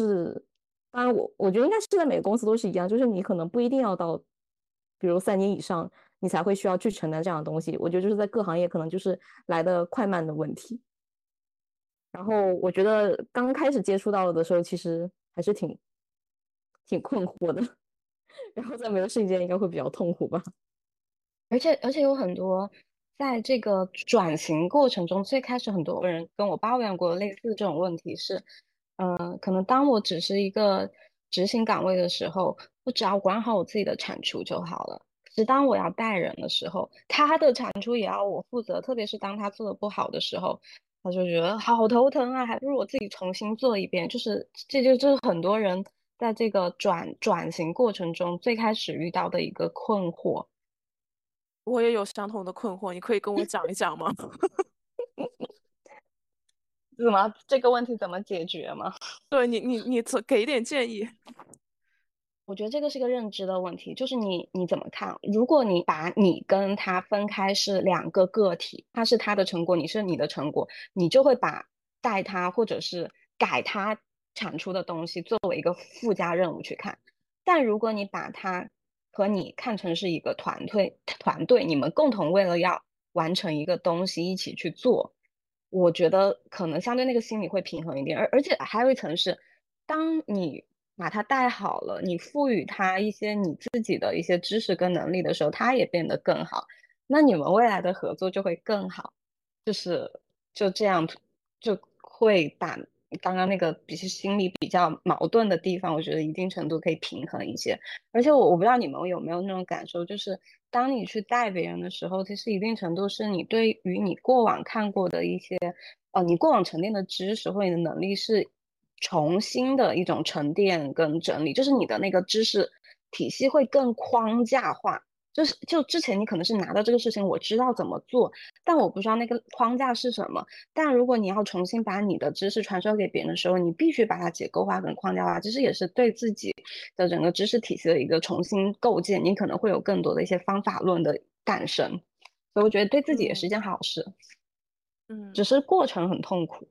C: 当然我觉得应该是在每个公司都是一样，就是你可能不一定要到，比如3年以上，你才会需要去承担这样的东西。我觉得就是在各行业可能就是来的快慢的问题。然后我觉得刚开始接触到的时候，其实还是挺困惑的。然后在没有瞬间应该会比较痛苦吧。
A: 而且有很多在这个转型过程中，最开始很多人跟我抱怨过类似这种问题是，可能当我只是一个执行岗位的时候，我只要管好我自己的产出就好了。可是当我要带人的时候，他的产出也要我负责，特别是当他做的不好的时候，他就觉得好头疼啊，还不如我自己重新做一遍。就是这就是很多人在这个转型过程中最开始遇到的一个困惑。
B: 我也有相同的困惑，你可以跟我讲一讲吗？
A: 怎么这个问题怎么解决吗？
B: 对你给一点建议。
A: 我觉得这个是个认知的问题，就是你怎么看？如果你把你跟他分开是两个个体，他是他的成果，你是你的成果，你就会把带他或者是改他产出的东西作为一个附加任务去看。但如果你把他和你看成是一个团队，你们共同为了要完成一个东西一起去做，我觉得可能相对那个心理会平衡一点。而且还有一层是，当你把它带好了，你赋予他一些你自己的一些知识跟能力的时候，他也变得更好，那你们未来的合作就会更好。就这样，就会把刚刚那个心里比较矛盾的地方，我觉得一定程度可以平衡一些。而且我不知道你们有没有那种感受，就是当你去带别人的时候，其实一定程度是你对于你过往看过的一些，你过往沉淀的知识或你的能力是重新的一种沉淀跟整理，就是你的那个知识体系会更框架化。就之前你可能是拿到这个事情，我知道怎么做，但我不知道那个框架是什么。但如果你要重新把你的知识传授给别人的时候，你必须把它结构化跟框架化，其实也是对自己的整个知识体系的一个重新构建。你可能会有更多的一些方法论的诞生，所以我觉得对自己也是一件好事，只是过程很痛苦。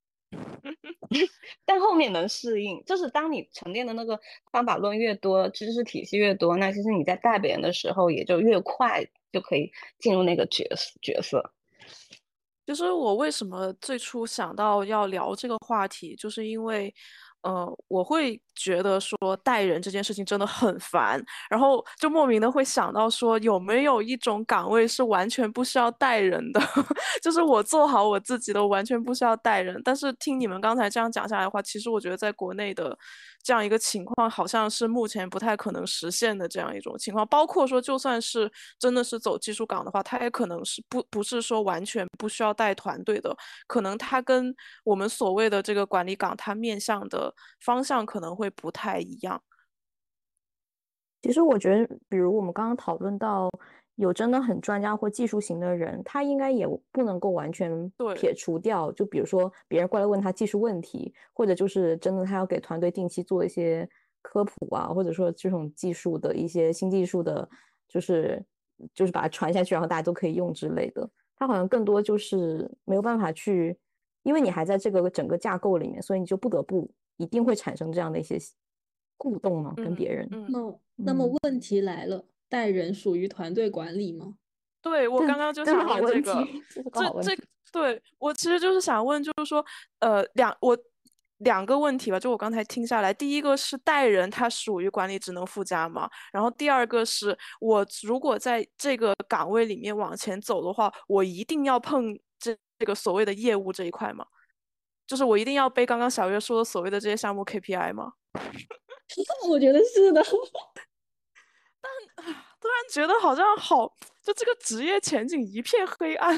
A: 但后面能适应，就是当你沉淀的那个方法论越多，知识体系越多，那其实你在带别人的时候也就越快就可以进入那个角色。
B: 其实我为什么最初想到要聊这个话题，就是因为，我会觉得说带人这件事情真的很烦，然后就莫名的会想到说，有没有一种岗位是完全不需要带人的，就是我做好我自己的，完全不需要带人。但是听你们刚才这样讲下来的话，其实我觉得在国内的这样一个情况，好像是目前不太可能实现的这样一种情况。包括说，就算是真的是走技术岗的话，它也可能是不是说完全不需要带团队的，可能它跟我们所谓的这个管理岗，它面向的方向可能会不太一样。
C: 其实我觉得，比如我们刚刚讨论到有真的很专家或技术型的人，他应该也不能够完全撇除掉。就比如说别人过来问他技术问题，或者就是真的他要给团队定期做一些科普啊，或者说这种技术的一些新技术的，就是把它传下去，然后大家都可以用之类的。他好像更多就是没有办法去，因为你还在这个整个架构里面，所以你就不得不一定会产生这样的一些互动嘛，跟别人。
D: 那么问题来了，带人属于团队管理吗？
B: 对，我刚刚就想问这个，对，我其实就是想问，就是说，两个问题吧，就我刚才听下来，第一个是带人，它属于管理职能附加嘛？然后第二个是我如果在这个岗位里面往前走的话，我一定要碰这个所谓的业务这一块吗？就是我一定要背刚刚小月说的所谓的这些项目 KPI 吗？
D: 我觉得是的。
B: 但突然觉得好像就这个职业前景一片黑暗。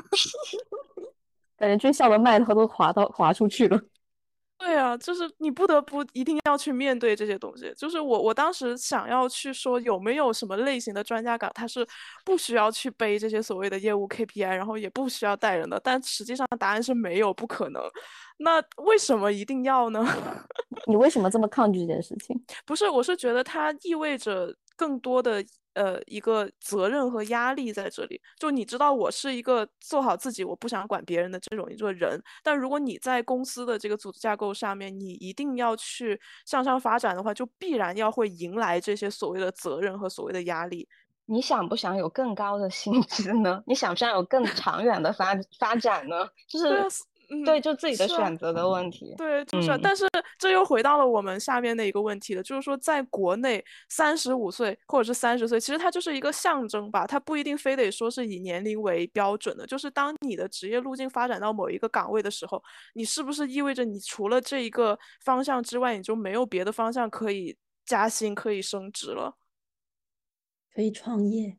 C: 感觉军校的麦头都滑出去了。
B: 对啊，就是你不得不一定要去面对这些东西。就是我当时想要去说有没有什么类型的专家岗，它是不需要去背这些所谓的业务 KPI，然后也不需要带人的。但实际上答案是没有，不可能。那为什么一定要呢？
C: 你为什么这么抗拒这件事情？
B: 不是，我是觉得它意味着更多的一个责任和压力在这里。就你知道，我是一个做好自己，我不想管别人的这种一个人。但如果你在公司的这个组织架构上面，你一定要去向上发展的话，就必然要会迎来这些所谓的责任和所谓的压力。
A: 你想不想有更高的薪资呢？你想不想有更长远的发展呢？就是对，就自己的选择的问题。
B: 对，就是，但是这又回到了我们下面的一个问题了，就是说，在国内35岁或者是30岁，其实它就是一个象征吧，它不一定非得说是以年龄为标准的。就是当你的职业路径发展到某一个岗位的时候，你是不是意味着你除了这一个方向之外，你就没有别的方向可以加薪、可以升职了？
D: 可以创业。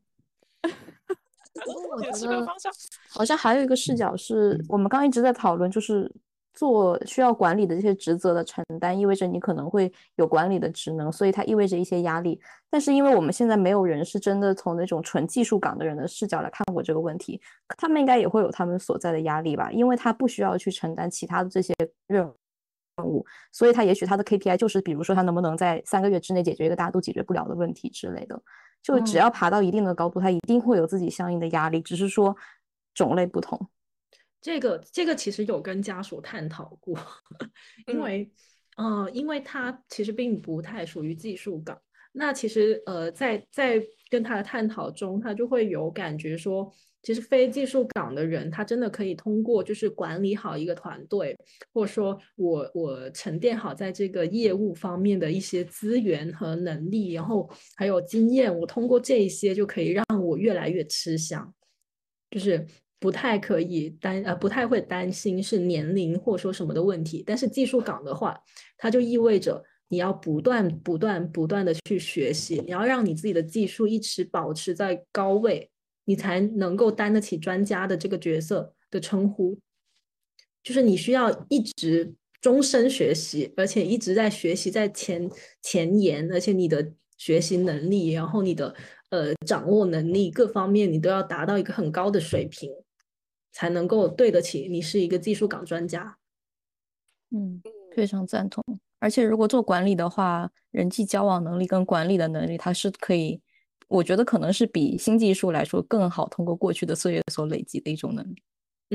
C: 我
B: 也
C: 觉得
B: 是个方向。
C: 好像还有一个视角是我们刚刚一直在讨论，就是做需要管理的这些职责的承担，意味着你可能会有管理的职能，所以它意味着一些压力。但是因为我们现在没有人是真的从那种纯技术岗的人的视角来看过这个问题，他们应该也会有他们所在的压力吧，因为他不需要去承担其他的这些任务，所以他也许他的 KPI 就是比如说他能不能在3个月之内解决一个大家都解决不了的问题之类的，就只要爬到一定的高度，他一定会有自己相应的压力，只是说种类不同。
D: 这个其实有跟家属探讨过，因为他其实并不太属于技术岗。那其实在跟他的探讨中，他就会有感觉说，其实非技术岗的人，他真的可以通过就是管理好一个团队，或者说我沉淀好在这个业务方面的一些资源和能力，然后还有经验，我通过这一些就可以让我越来越吃香。就是不太可以不太会担心是年龄或者说什么的问题。但是技术岗的话，它就意味着你要不断的去学习，你要让你自己的技术一直保持在高位，你才能够担得起专家的这个角色的称呼。就是你需要一直终身学习，而且一直在学习，在前沿，而且你的学习能力，然后你的掌握能力各方面，你都要达到一个很高的水平，才能够对得起你是一个技术岗专家。
C: 非常赞同。而且如果做管理的话，人际交往能力跟管理的能力，它是可以，我觉得可能是比新技术来说更好通过过去的岁月所累积的一种能力。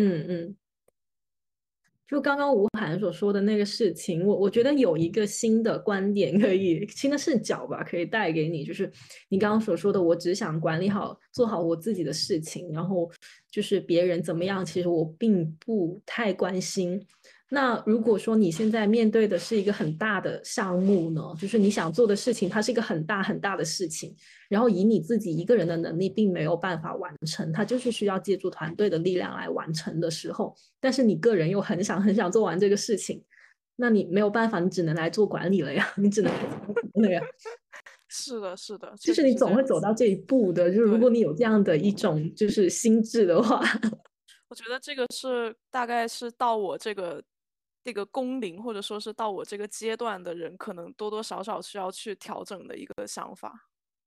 D: 就刚刚吴涵所说的那个事情，我觉得有一个新的观点新的视角吧，可以带给你，就是你刚刚所说的，我只想管理好，做好我自己的事情，然后就是别人怎么样，其实我并不太关心。那如果说你现在面对的是一个很大的项目呢，就是你想做的事情，它是一个很大很大的事情，然后以你自己一个人的能力并没有办法完成，它就是需要借助团队的力量来完成的时候，但是你个人又很想做完这个事情，那你没有办法，你只能来做管理了呀，你只能来做管理了呀。
B: 是的，是的，
D: 就是你总会走到这一步的，就是如果你有这样的一种就是心智的话。
B: 我觉得这个是大概是到我这个工龄，或者说是到我这个阶段的人，可能多多少少需要去调整的一个想法。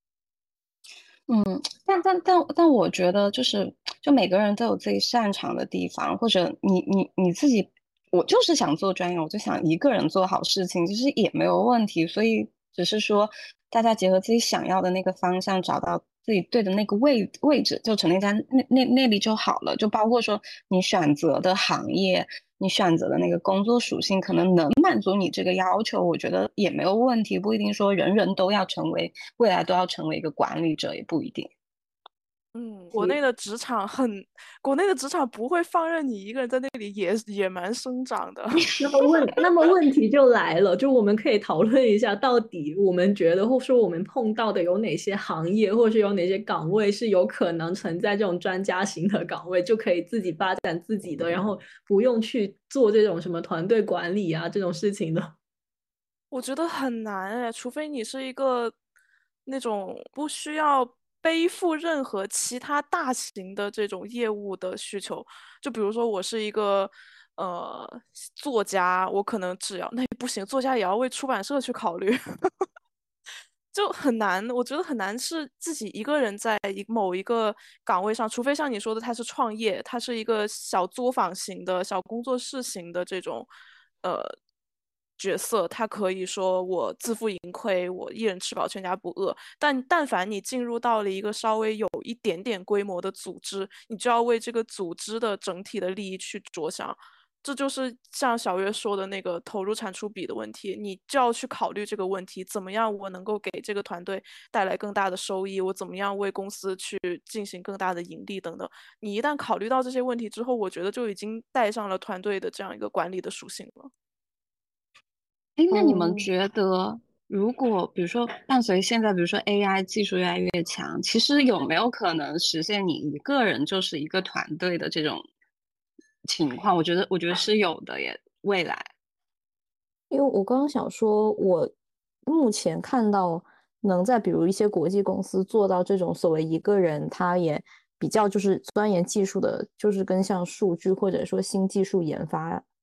A: 但我觉得就每个人都有自己擅长的地方，或者你自己，我就是想做专业，我就想一个人做好事情，其实也没有问题。所以只是说大家结合自己想要的那个方向，找到自己对的那个位置，就沉浸在那里就好了。就包括说你选择的行业。你选择的那个工作属性可能能满足你这个要求，我觉得也没有问题，不一定说人人都要成为，未来都要成为一个管理者，也不一定。
B: 国内的职场不会放任你一个人在那里野蛮生长的。
D: 那么问题就来了，就我们可以讨论一下，到底我们觉得，或说我们碰到的有哪些行业，或是有哪些岗位是有可能存在这种专家型的岗位，就可以自己发展自己的，然后不用去做这种什么团队管理啊这种事情的。
B: 我觉得很难哎，除非你是一个那种不需要背负任何其他大型的这种业务的需求。就比如说我是一个作家，我可能只要那不行，作家也要为出版社去考虑。就很难，我觉得很难是自己一个人在某一个岗位上，除非像你说的他是创业，他是一个小作坊型的小工作室型的这种呃角色，他可以说我自负盈亏，我一人吃饱全家不饿。但凡你进入到了一个稍微有一点点规模的组织，你就要为这个组织的整体的利益去着想。这就是像小月说的那个投入产出比的问题，你就要去考虑这个问题，怎么样我能够给这个团队带来更大的收益，我怎么样为公司去进行更大的盈利等等。你一旦考虑到这些问题之后，我觉得就已经带上了团队的这样一个管理的属性了。
A: 那你们觉得，如果比如说伴随现在比如说 AI 技术越来越强，其实有没有可能实现你一个人就是一个团队的这种情况？我觉得是有的耶，未来。
C: 因为我刚刚想说，我目前看到能在比如一些国际公司做到这种所谓一个人，他也比较就是钻研技术的，就是跟像数据或者说新技术研发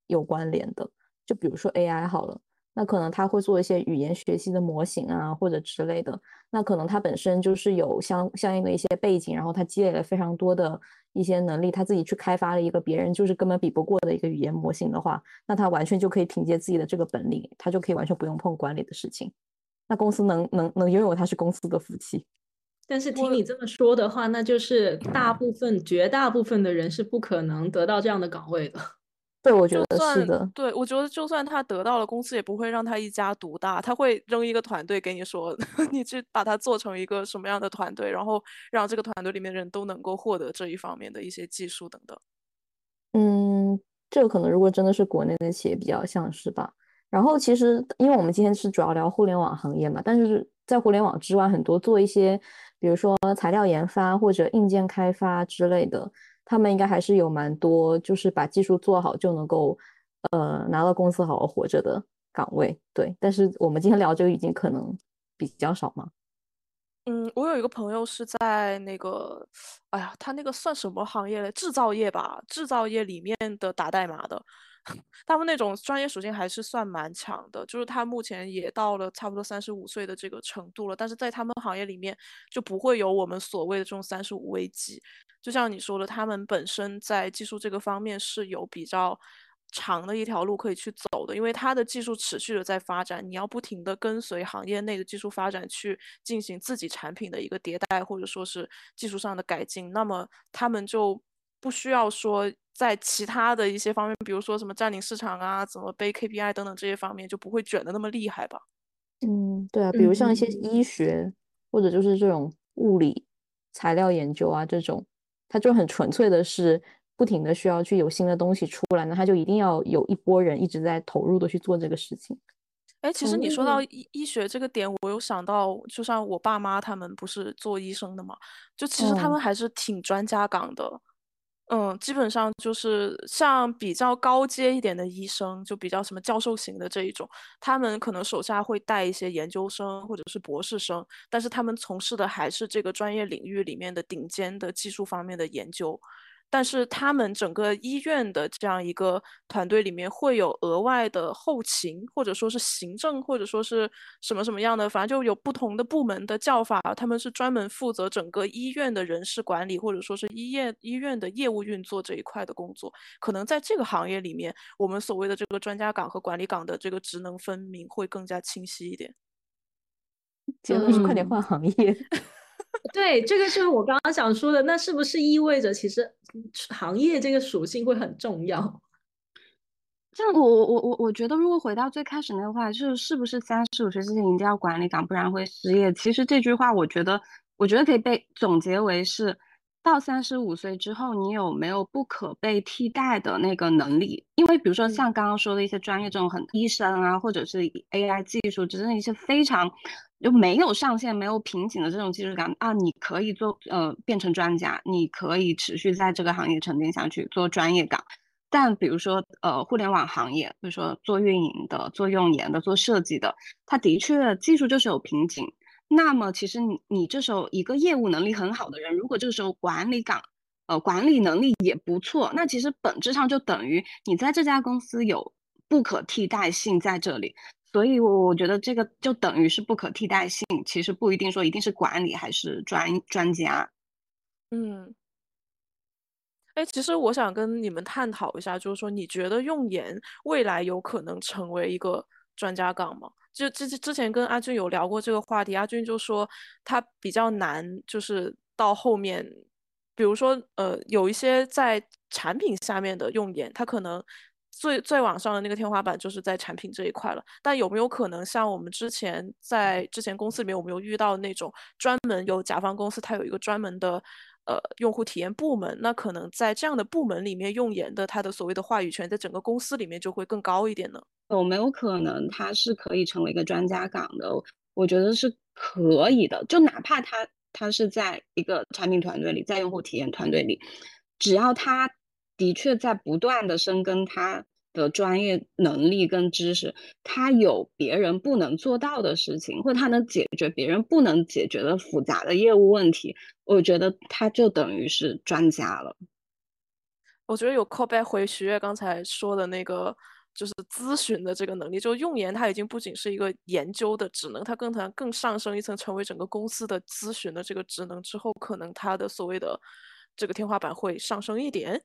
C: 有关联的。就比如说 AI 好了，那可能他会做一些语言学习的模型啊，或者之类的。那可能他本身就是有相应的一些背景，然后他积累了非常多的一些能力，他自己去开发了一个别人就是根本比不过的一个语言模型的话，那他完全就可以凭借自己的这个本领，他就可以完全不用碰管理的事情。那公司能拥有他是公司的福气。
D: 但是听你这么说的话，那就是绝大部分的人是不可能得到这样的岗位的。
C: 对，我觉得是的。
B: 对，我觉得就算他得到了，公司也不会让他一家独大，他会扔一个团队给你说，你去把它做成一个什么样的团队，然后让这个团队里面的人都能够获得这一方面的一些技术等等。
C: 这个可能如果真的是国内的企业比较像是吧。然后其实因为我们今天是主要聊互联网行业嘛，但是在互联网之外，很多做一些比如说材料研发或者硬件开发之类的，他们应该还是有蛮多就是把技术做好就能够拿到公司好好活着的岗位。对，但是我们今天聊这个已经可能比较少嘛。
B: 我有一个朋友是在那个，哎呀，他那个算什么行业嘞？制造业吧，制造业里面的打代码的，他们那种专业属性还是算蛮强的。就是他目前也到了差不多35岁的这个程度了，但是在他们行业里面就不会有我们所谓的这种35危机。就像你说的，他们本身在技术这个方面是有比较长的一条路可以去走的，因为它的技术持续的在发展，你要不停的跟随行业内的技术发展去进行自己产品的一个迭代，或者说是技术上的改进，那么他们就不需要说在其他的一些方面，比如说什么占领市场啊，怎么背 KPI 等等这些方面，就不会卷的那么厉害吧。
C: 对啊，比如像一些医学或者就是这种物理材料研究啊这种，它就很纯粹的是不停的需要去有新的东西出来，那它就一定要有一波人一直在投入的去做这个事情。
B: 其实你说到医学这个点，我有想到，就像我爸妈他们不是做医生的嘛，就其实他们还是挺专家岗的。基本上就是像比较高阶一点的医生，就比较什么教授型的这一种，他们可能手下会带一些研究生或者是博士生，但是他们从事的还是这个专业领域里面的顶尖的技术方面的研究。但是他们整个医院的这样一个团队里面会有额外的后勤，或者说是行政，或者说是什么什么样的，反正就有不同的部门的叫法，他们是专门负责整个医院的人事管理，或者说是医院的业务运作这一块的工作。可能在这个行业里面，我们所谓的这个专家岗和管理岗的这个职能分明会更加清晰一点。
C: 结论是快点换行业。
D: 对，这个就是我刚刚想说的，那是不是意味着其实行业这个属性会很重要？
A: 这我觉得，如果回到最开始那个话，是不是35岁之前一定要管理岗，不然会失业？其实这句话，我觉得可以被总结为是，到35岁之后，你有没有不可被替代的那个能力？因为比如说像刚刚说的一些专业，这种很医生啊，或者是 AI 技术，只是一些非常就没有上限、没有瓶颈的这种技术岗啊，你可以变成专家，你可以持续在这个行业沉淀下去，做专业岗。但比如说，互联网行业，比如说做运营的、做用研的、做设计的，它的确技术就是有瓶颈。那么，其实你这时候一个业务能力很好的人，如果这个时候管理岗，管理能力也不错，那其实本质上就等于你在这家公司有不可替代性在这里。所以我觉得这个就等于是不可替代性，其实不一定说一定是管理还是专家。
B: 嗯。其实我想跟你们探讨一下，就是说，你觉得用研未来有可能成为一个专家岗吗？就之前跟阿俊有聊过这个话题，阿俊就说他比较难，就是到后面，比如说有一些在产品下面的用研，他可能最往上的那个天花板就是在产品这一块了。但有没有可能像我们之前公司里面，我们有遇到那种专门有甲方公司，它有一个专门的用户体验部门，那可能在这样的部门里面用研的，它的所谓的话语权在整个公司里面就会更高一点呢？
A: 有没有可能它是可以成为一个专家岗的？我觉得是可以的，就哪怕他是在一个产品团队里，在用户体验团队里，只要他的确在不断的深耕他的专业能力跟知识，他有别人不能做到的事情，或者他能解决别人不能解决的复杂的业务问题，我觉得他就等于是专家了。
B: 我觉得有 callback 回徐悦刚才说的那个，就是咨询的这个能力，就用研它已经不仅是一个研究的职能，它更上升一层，成为整个公司的咨询的这个职能之后，可能它的所谓的这个天花板会上升一点。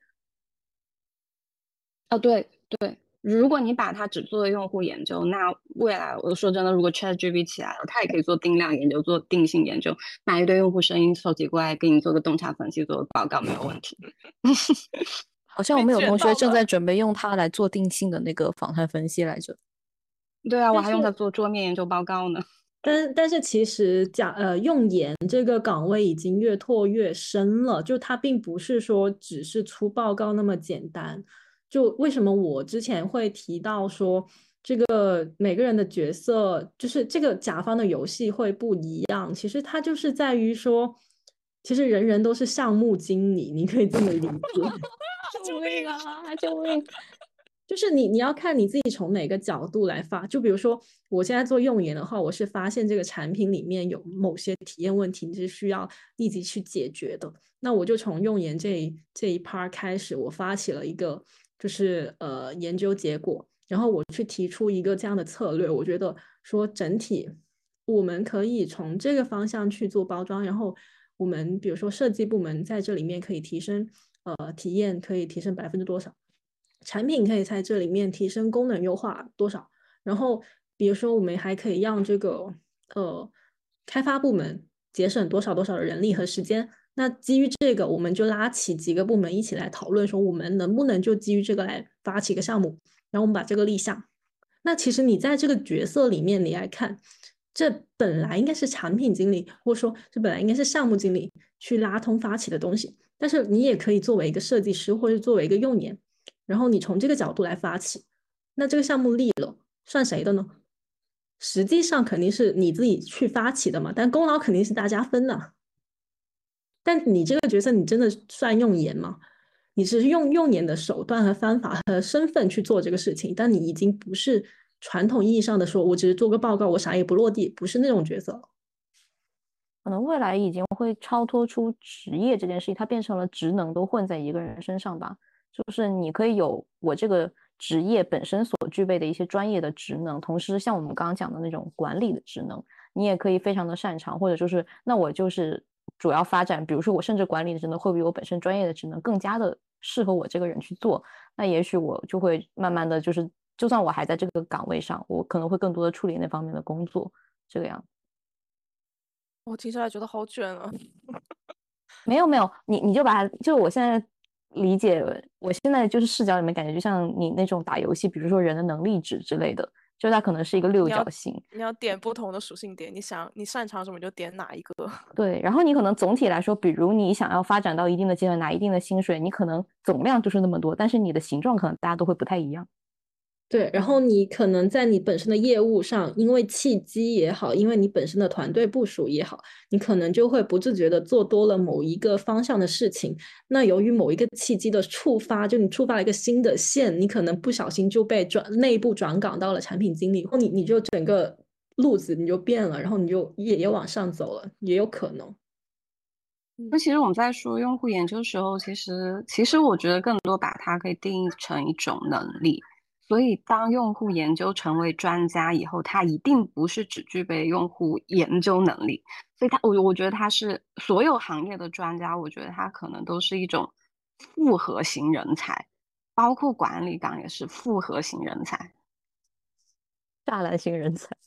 A: 哦，对对，如果你把它只作为用户研究，那未来我说真的，如果 ChatGPT 起来了，它也可以做定量研究，做定性研究，拿一堆用户声音收集过来，给你做个洞察分析，做个报告没有问题。
C: 好像我们有同学正在准备用它来做定性的那个访谈分析来着。
A: 对啊，我还用它做桌面研究报告呢。
D: 但是其实用研这个岗位已经越拓越深了，就它并不是说只是出报告那么简单。就为什么我之前会提到说这个每个人的角色，就是这个甲方的游戏会不一样，其实它就是在于说，其实人人都是项目经理，你可以这么理解。
C: 救命啊！救命！
D: 就是你要看你自己从哪个角度来发，就比如说我现在做用研的话，我是发现这个产品里面有某些体验问题，你是需要立即去解决的。那我就从用研这一 part 开始，我发起了一个就是研究结果，然后我去提出一个这样的策略。我觉得说整体我们可以从这个方向去做包装，然后我们比如说设计部门在这里面可以提升体验可以提升多少。产品可以在这里面提升功能优化多少，然后比如说我们还可以让这个开发部门节省多少的人力和时间。那基于这个，我们就拉起几个部门一起来讨论，说我们能不能就基于这个来发起一个项目，然后我们把这个立项。那其实你在这个角色里面，你来看，这本来应该是产品经理，或者说这本来应该是项目经理去拉通发起的东西，但是你也可以作为一个设计师，或者作为一个用研，然后你从这个角度来发起，那这个项目立了，算谁的呢？实际上肯定是你自己去发起的嘛，但功劳肯定是大家分的。但你这个角色，你真的算用研吗？你是用研的手段和方法和身份去做这个事情，但你已经不是传统意义上的说，我只是做个报告，我啥也不落地，不是那种角色了。
C: 可能未来已经会超脱出职业这件事情，它变成了职能都混在一个人身上吧。就是你可以有我这个职业本身所具备的一些专业的职能，同时像我们刚刚讲的那种管理的职能，你也可以非常的擅长，或者就是那我就是主要发展，比如说我甚至管理的职能会比我本身专业的职能更加的适合我这个人去做，那也许我就会慢慢的就是就算我还在这个岗位上，我可能会更多的处理那方面的工作，这个样。
B: 我听起来觉得好卷啊。
C: 没有没有，你就把它，就我现在理解，我现在就是视角里面感觉就像你那种打游戏，比如说人的能力值之类的，就它可能是一个六角形，
B: 你要点不同的属性点，你擅长什么就点哪一个。
C: 对，然后你可能总体来说，比如你想要发展到一定的阶段，拿一定的薪水，你可能总量就是那么多，但是你的形状可能大家都会不太一样。
D: 对，然后你可能在你本身的业务上，因为契机也好，因为你本身的团队部署也好，你可能就会不自觉的做多了某一个方向的事情。那由于某一个契机的触发，就你触发了一个新的线，你可能不小心就被内部转岗到了产品经理，然后你就整个路子你就变了，然后你就也往上走了，也有可能。
A: 那其实我们在说用户研究的时候，其实我觉得更多把它可以定义成一种能力。所以，当用户研究成为专家以后，他一定不是只具备用户研究能力。所以我觉得他是所有行业的专家，我觉得他可能都是一种复合型人才，包括管理岗也是复合型人才。
C: 栅栏型人才，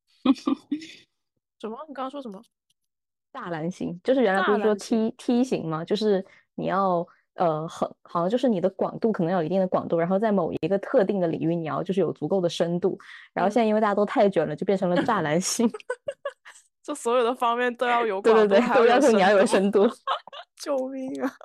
B: 什么？你刚刚说什么？
C: 栅栏型就是原来不是说
B: 栅栏型
C: T 型吗？就是你要好像就是你的广度可能要有一定的广度，然后在某一个特定的领域你要就是有足够的深度，然后现在因为大家都太卷了，就变成了栅栏型。
B: 就所有的方面都要有
C: 对
B: 广度，
C: 对对，都要求你要有
B: 深度。
C: 深度。
B: 救命啊！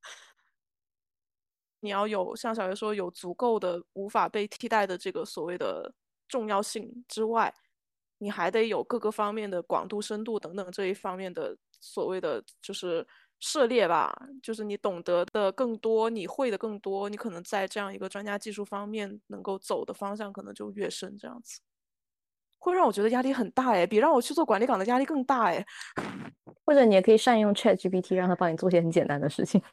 B: 你要有像小月说有足够的无法被替代的这个所谓的重要性之外，你还得有各个方面的广度、深度等等这一方面的所谓的就是涉猎吧，就是你懂得的更多，你会的更多，你可能在这样一个专家技术方面能够走的方向可能就越深，这样子会让我觉得压力很大哎，比让我去做管理岗的压力更大哎。
C: 或者你也可以善用 ChatGPT，让它帮你做些很简单的事情。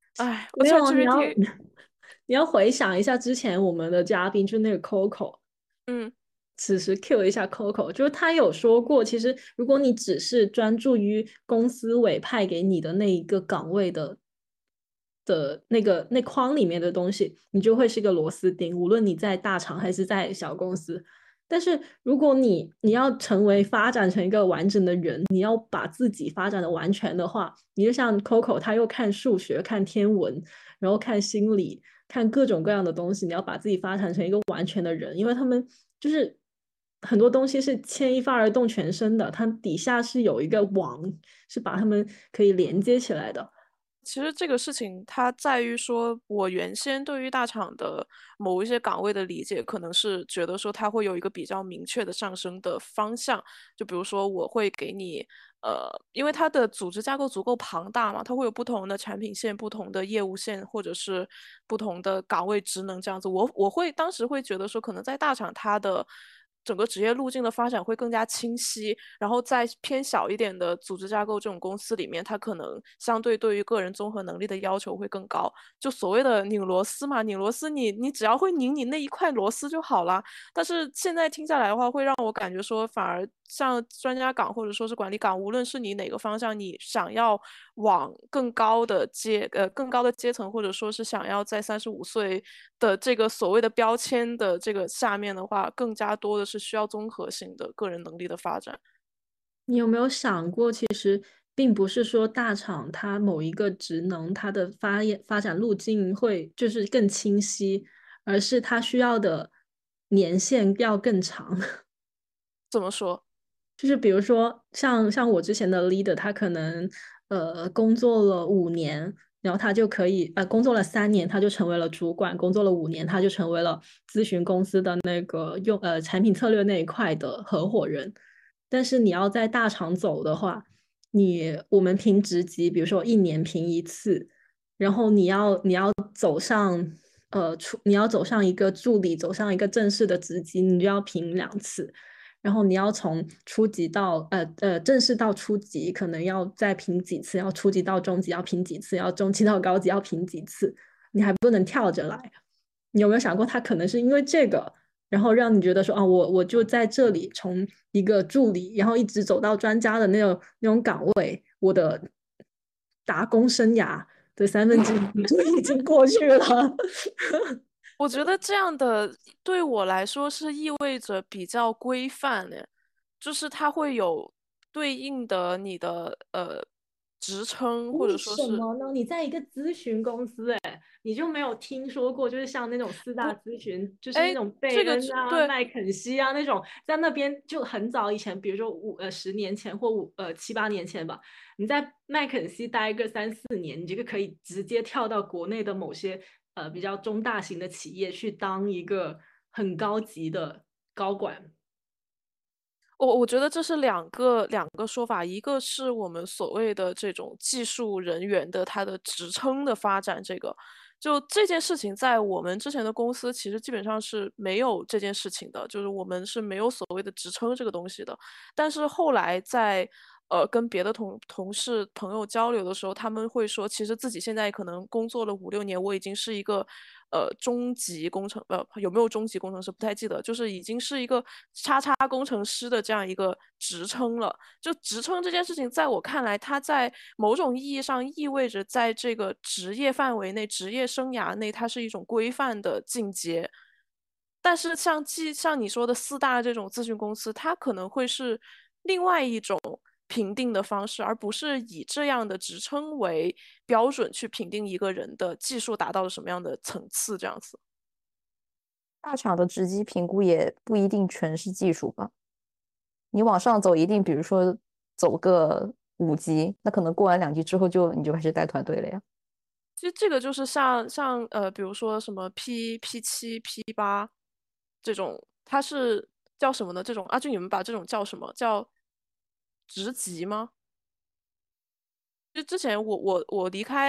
B: 哎，我
D: 没有，你要
B: ChatGPT，
D: 你要回想一下之前我们的嘉宾，就是那个 Coco，
B: 嗯，
D: 此时 Q 一下 Coco，就是他有说过，其实如果你只是专注于公司委派给你的那一个岗位的那框里面的东西，你就会是个螺丝钉，无论你在大厂还是在小公司。但是如果你要发展成一个完整的人，你要把自己发展的完全的话，你就像 Coco，他又看数学、看天文，然后看心理，看各种各样的东西，你要把自己发展成一个完全的人，因为他们就是很多东西是牵一发而动全身的，它底下是有一个网，是把他们可以连接起来的。
B: 其实这个事情它在于说，我原先对于大厂的某一些岗位的理解，可能是觉得说它会有一个比较明确的上升的方向。就比如说，我会给你，因为它的组织架构足够庞大嘛，它会有不同的产品线、不同的业务线，或者是不同的岗位职能这样子。我会当时会觉得说，可能在大厂它的整个职业路径的发展会更加清晰，然后在偏小一点的组织架构这种公司里面，它可能相对对于个人综合能力的要求会更高。就所谓的拧螺丝嘛，拧螺丝你只要会拧你那一块螺丝就好了。但是现在听下来的话，会让我感觉说，反而像专家岗或者说是管理岗，无论是你哪个方向，你想要往更高的阶层，或者说是想要在35岁的这个所谓的标签的这个下面的话，更加多的是需要综合性的个人能力的发展。
D: 你有没有想过，其实并不是说大厂它某一个职能它的发展路径会就是更清晰，而是它需要的年限要更长。
B: 怎么说？
D: 就是比如说像我之前的 leader，他可能工作了5年，然后他就可以工作了3年，他就成为了主管；工作了5年，他就成为了咨询公司的那个产品策略那一块的合伙人。但是你要在大厂走的话，我们评职级，比如说1年评一次，然后你要走上你要走上一个助理，走上一个正式的职级，你就要评2次。然后你要从初级到正式到初级，可能要再评几次，要初级到中级要评几次，要中级到高级要评几次，你还不能跳着来。你有没有想过，他可能是因为这个，然后让你觉得说啊，我就在这里从一个助理，然后一直走到专家的那种岗位，我的打工生涯的1/3就已经过去了。
B: 我觉得这样的对我来说是意味着比较规范的，就是它会有对应的你的职称，或
D: 为
B: 者说是
D: 什么呢？你在一个咨询公司，哎，你就没有听说过，就是像那种4大
B: 不，
D: 咨询，就是那
B: 哎，
D: 种贝
B: 这个
D: 恩啊、
B: 对。
D: 麦肯锡啊那种，在那边就很早以前，比如说10年前或7、8年前吧，你在麦肯锡待个3、4年，你这个可以直接跳到国内的某些比较中大型的企业去当一个很高级的高管。
B: 我觉得这是两个说法，一个是我们所谓的这种技术人员的他的职称的发展，就这件事情在我们之前的公司其实基本上是没有这件事情的，就是我们是没有所谓的职称这个东西的。但是后来在跟别的同事朋友交流的时候，他们会说，其实自己现在可能工作了5、6年，我已经是一个中级工程有没有中级工程师不太记得，就是已经是一个叉叉工程师的这样一个职称了。就职称这件事情，在我看来，它在某种意义上意味着在这个职业范围内、职业生涯内，它是一种规范的进阶。但是像你说的4大这种咨询公司，它可能会是另外一种评定的方式，而不是以这样的职称为标准去评定一个人的技术达到了什么样的层次，这样子。
C: 大厂的职级评估也不一定全是技术吧？你往上走，一定比如说走个5级，那可能过完2级之后你就开始带团队了呀。
B: 其实这个就是像比如说什么 P7、P8这种，它是叫什么呢？这种阿俊，你们把这种叫什么？叫职级吗？就之前我离开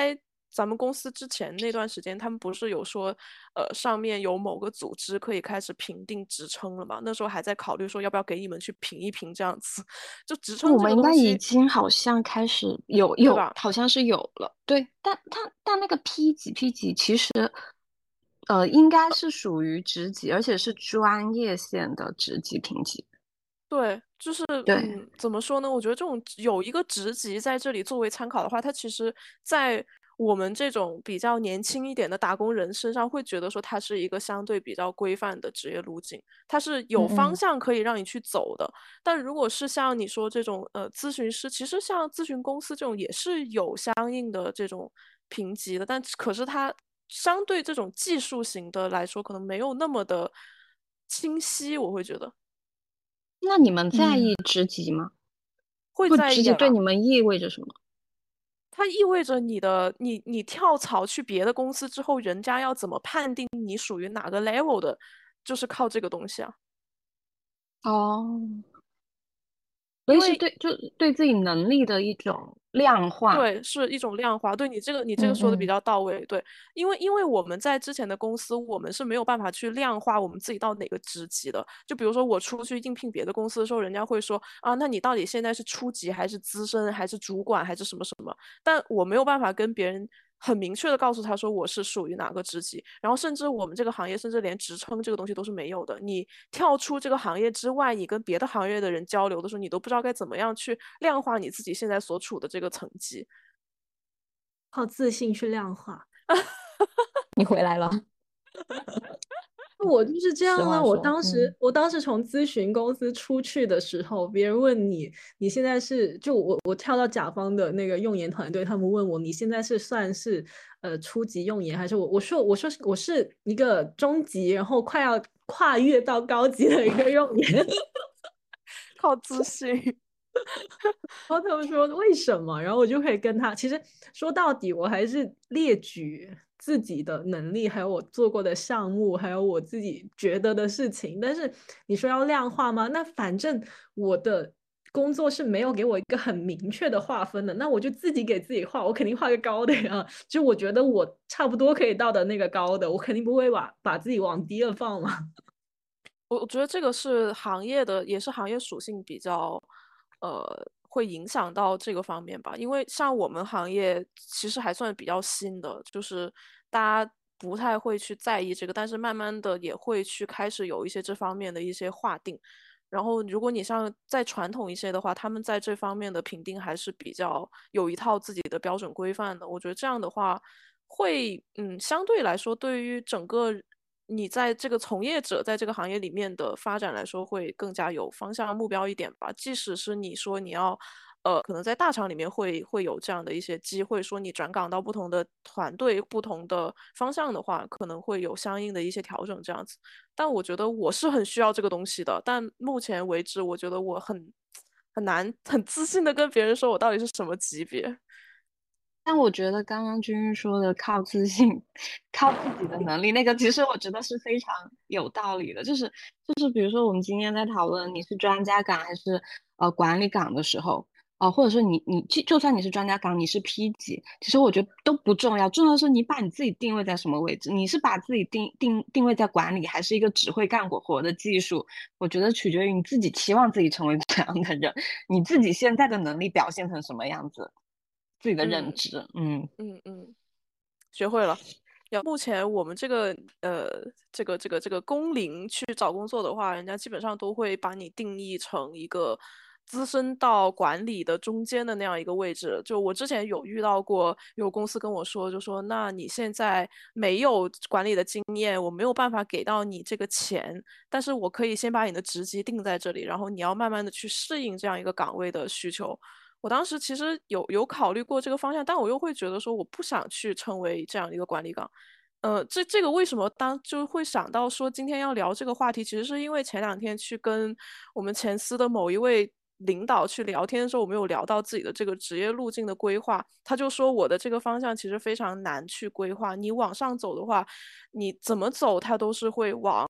B: 咱们公司之前那段时间，他们不是有说，上面有某个组织可以开始评定职称了嘛？那时候还在考虑说要不要给你们去评一评这样子。就职称这
A: 我们应该已
B: 个东西，
A: 经好像开始有有，
B: 对吧？
A: 好像是有了。对，但那个 P 级其实，应该是属于职级，而且是专业线的职级评级。
B: 对，就是
A: 对，
B: 怎么说呢？我觉得这种有一个职级在这里作为参考的话，它其实在我们这种比较年轻一点的打工人身上，会觉得说它是一个相对比较规范的职业路径，它是有方
C: 嗯嗯
B: 向可以让你去走的。但如果是像你说这种咨询师，其实像咨询公司这种也是有相应的这种评级的，但可是它相对这种技术型的来说，可能没有那么的清晰，我会觉得。
A: 那你们在意
C: 嗯。
A: 职级吗？
B: 会
A: 或职级对
B: 在意啊，
A: 你们意味着什么？
B: 它意味着你跳槽去别的公司之后，人家要怎么判定你属于哪个 level 的，就是靠这个东西啊。
A: 哦，所以是
B: 因为
A: 就是对自己能力的一种量化。
B: 对，是一种量化。对你这个说的比
C: 嗯嗯
B: 较到位。对，因为我们在之前的公司，我们是没有办法去量化我们自己到哪个职级的。就比如说我出去应聘别的公司的时候，人家会说啊，那你到底现在是初级还是资深还是主管还是什么什么？但我没有办法跟别人很明确的告诉他说我是属于哪个职级。然后甚至我们这个行业，甚至连职称这个东西都是没有的。你跳出这个行业之外，你跟别的行业的人交流的时候，你都不知道该怎么样去量化你自己现在所处的这个层级。
D: 靠自信去量化。
C: 你回来了。
D: 我就是这
C: 实
D: 样了。
C: 话说，
D: 我当时从咨询公司出去的时候，别人问你，你现在是就我跳到甲方的那个用研团队，他们问我你现在是算是初级用研，还是我说我是一个中级，然后快要跨越到高级的一个用研。
B: 靠自信。
D: 然后他们说为什么？然后我就可以跟他，其实说到底，我还是列举自己的能力，还有我做过的项目，还有我自己觉得的事情。但是你说要量化吗？那反正我的工作是没有给我一个很明确的划分的，那我就自己给自己画，我肯定画个高的呀。就我觉得我差不多可以到的那个高的，我肯定不会把自己往低了放嘛。
B: 我觉得这个是行业的，也是行业属性比较，会影响到这个方面吧。因为像我们行业其实还算比较新的，就是大家不太会去在意这个，但是慢慢的也会去开始有一些这方面的一些划定。然后，如果你像再传统一些的话，他们在这方面的评定还是比较有一套自己的标准规范的。我觉得这样的话，会相对来说，对于整个你在这个从业者在这个行业里面的发展来说，会更加有方向目标一点吧。即使是你说你要，可能在大厂里面会有这样的一些机会，说你转岗到不同的团队、不同的方向的话，可能会有相应的一些调整这样子。但我觉得我是很需要这个东西的，但目前为止，我觉得我很难很自信的跟别人说我到底是什么级别。
A: 但我觉得刚刚君君说的靠自信、靠自己的能力，那个其实我觉得是非常有道理的。就是比如说我们今天在讨论你是专家岗还是管理岗的时候，或者说你就算你是专家岗，你是 P 级，其实我觉得都不重要，重要的是你把你自己定位在什么位置，你是把自己定位在管理，还是一个只会干活的技术？我觉得取决于你自己期望自己成为这样的人，你自己现在的能力表现成什么样子。自己的认
B: 嗯
A: 知。
B: 学会了。目前我们这个这个工龄去找工作的话，人家基本上都会把你定义成一个资深到管理的中间的那样一个位置。就我之前有遇到过，有公司跟我说，就说那你现在没有管理的经验，我没有办法给到你这个钱，但是我可以先把你的职级定在这里，然后你要慢慢的去适应这样一个岗位的需求。我当时其实有考虑过这个方向，但我又会觉得说我不想去成为这样一个管理岗。这个为什么就会想到说今天要聊这个话题，其实是因为前2天去跟我们前司的某一位领导去聊天的时候，我们有聊到自己的这个职业路径的规划。他就说我的这个方向其实非常难去规划，你往上走的话，你怎么走它都是会往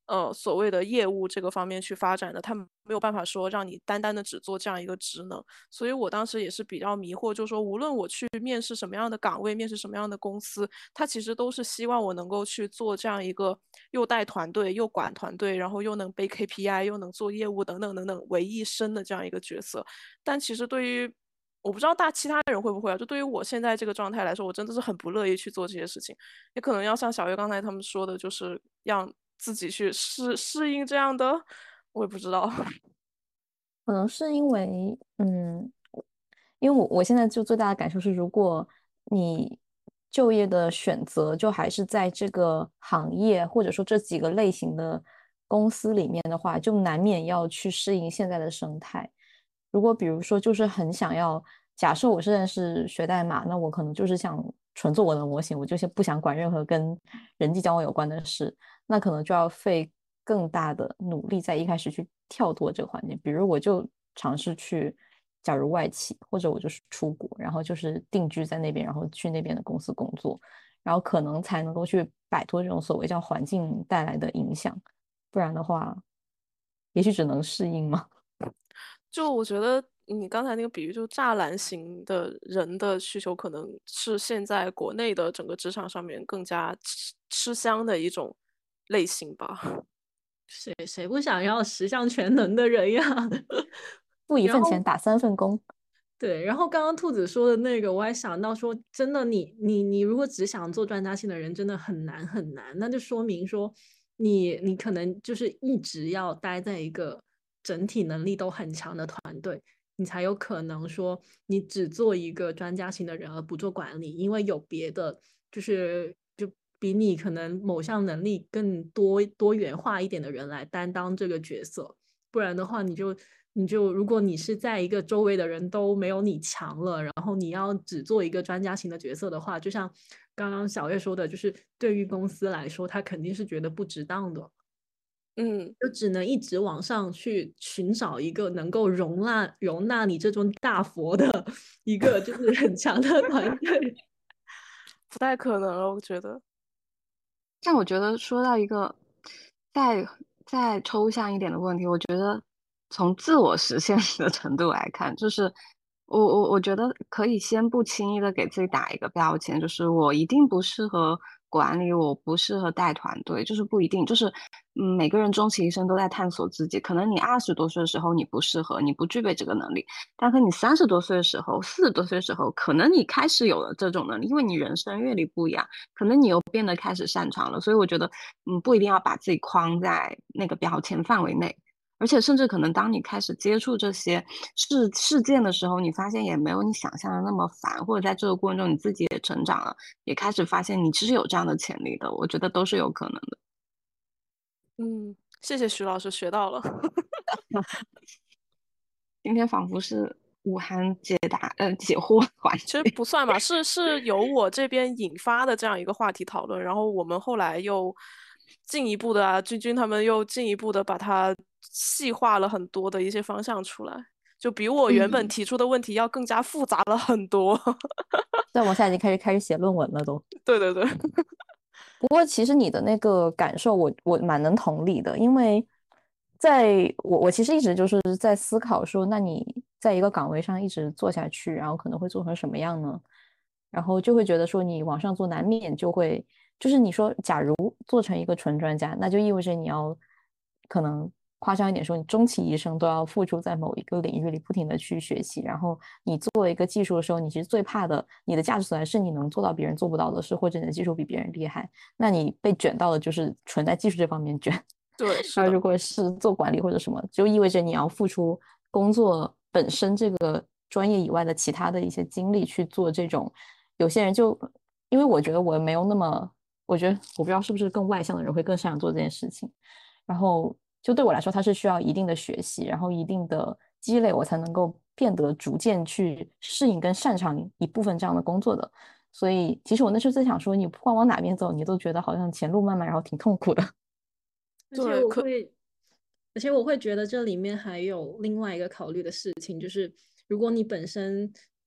B: 所谓的业务这个方面去发展的，他没有办法说让你单单的只做这样一个职能。所以我当时也是比较迷惑，就是说无论我去面试什么样的岗位，面试什么样的公司，他其实都是希望我能够去做这样一个又带团队又管团队，然后又能背 KPI 又能做业务等等等等为一身的这样一个角色。但其实对于我不知道其他人会不会啊，就对于我现在这个状态来说，我真的是很不乐意去做这些事情。也可能要像小月刚才他们说的，就是让自己去适应这样的，我也不知道。
C: 可能是因为，因为我现在就最大的感受是，如果你就业的选择就还是在这个行业或者说这几个类型的公司里面的话，就难免要去适应现在的生态。如果比如说就是很想要，假设我现在是学代码，那我可能就是想纯做我的模型，我就是不想管任何跟人际交往有关的事，那可能就要费更大的努力在一开始去跳脱这个环境。比如我就尝试去，假如外企，或者我就是出国，然后就是定居在那边，然后去那边的公司工作，然后可能才能够去摆脱这种所谓叫环境带来的影响，不然的话，也许只能适应嘛。
B: 就我觉得你刚才那个比喻，就栅栏型的人的需求，可能是现在国内的整个职场上面更加吃香的一种类型吧。
D: 谁不想要十项全能的人呀？
C: 付一
D: 然后
C: 份钱打三份工。
D: 对，然后刚刚兔子说的那个，我还想到说，真的你如果只想做专家性的人，真的很难很难，那就说明说你可能就是一直要待在一个整体能力都很强的团队，你才有可能说你只做一个专家型的人而不做管理，因为有别的就比你可能某项能力更多元化一点的人来担当这个角色。不然的话，你就如果你是在一个周围的人都没有你强了，然后你要只做一个专家型的角色的话，就像刚刚小月说的，就是对于公司来说，他肯定是觉得不值当的，就只能一直往上去寻找一个能够容纳你这尊大佛的一个就是很强的团队。
B: 不太可能了，我觉得。
A: 但我觉得说到一个再抽象一点的问题，我觉得从自我实现的程度来看，就是我觉得可以先不轻易的给自己打一个标签，就是我一定不适合管理，我不适合带团队，就是不一定，就是每个人终其一生都在探索自己，可能你20多岁的时候你不适合，你不具备这个能力，但可你30多岁的时候、40多岁的时候，可能你开始有了这种能力，因为你人生阅历不一样。可能你又变得开始擅长了，所以我觉得，不一定要把自己框在那个标签范围内，而且甚至可能当你开始接触这些事件的时候，你发现也没有你想象的那么烦，或者在这个过程中你自己也成长了，也开始发现你其实有这样的潜力的，我觉得都是有可能的。
B: 谢谢徐老师，学到了。
A: 今天仿佛是武汉解惑环
B: 其实
A: 节。
B: 不算吧，是由我这边引发的这样一个话题讨论，然后我们后来又进一步的君君他们又进一步的把它细化了很多的一些方向出来，就比我原本
A: 嗯，
B: 提出的问题要更加复杂了很多。
C: 但我现在已经开始写论文了都。
B: 对对对。
C: 不过其实你的那个感受我蛮能同理的，因为在我其实一直就是在思考说，那你在一个岗位上一直做下去，然后可能会做成什么样呢？然后就会觉得说你往上做难免就会，就是你说假如做成一个纯专家，那就意味着你要可能夸张一点说，你终其一生都要付出在某一个领域里不停的去学习，然后你作为一个技术的时候，你其实最怕的，你的价值所在是你能做到别人做不到的事，或者你的技术比别人厉害，那你被卷到的就是纯在技术这方面卷。
B: 对，是的。
C: 然后如果是做管理或者什么，就意味着你要付出工作本身这个专业以外的其他的一些精力去做这种。有些人就因为我觉得我没有那么，我觉得我不知道是不是更外向的人会更擅长做这件事情。然后就对我来说，它是需要一定的学习，然后一定的积累，我才能够变得逐渐去适应跟擅长一部分这样的工作的。所以其实我那时候在想说，你不管往哪边走，你都觉得好像前路漫漫，然后挺痛苦的。
D: 而且
B: 对，
D: 我会觉得这里面还有另外一个考虑的事情，就是如果你本身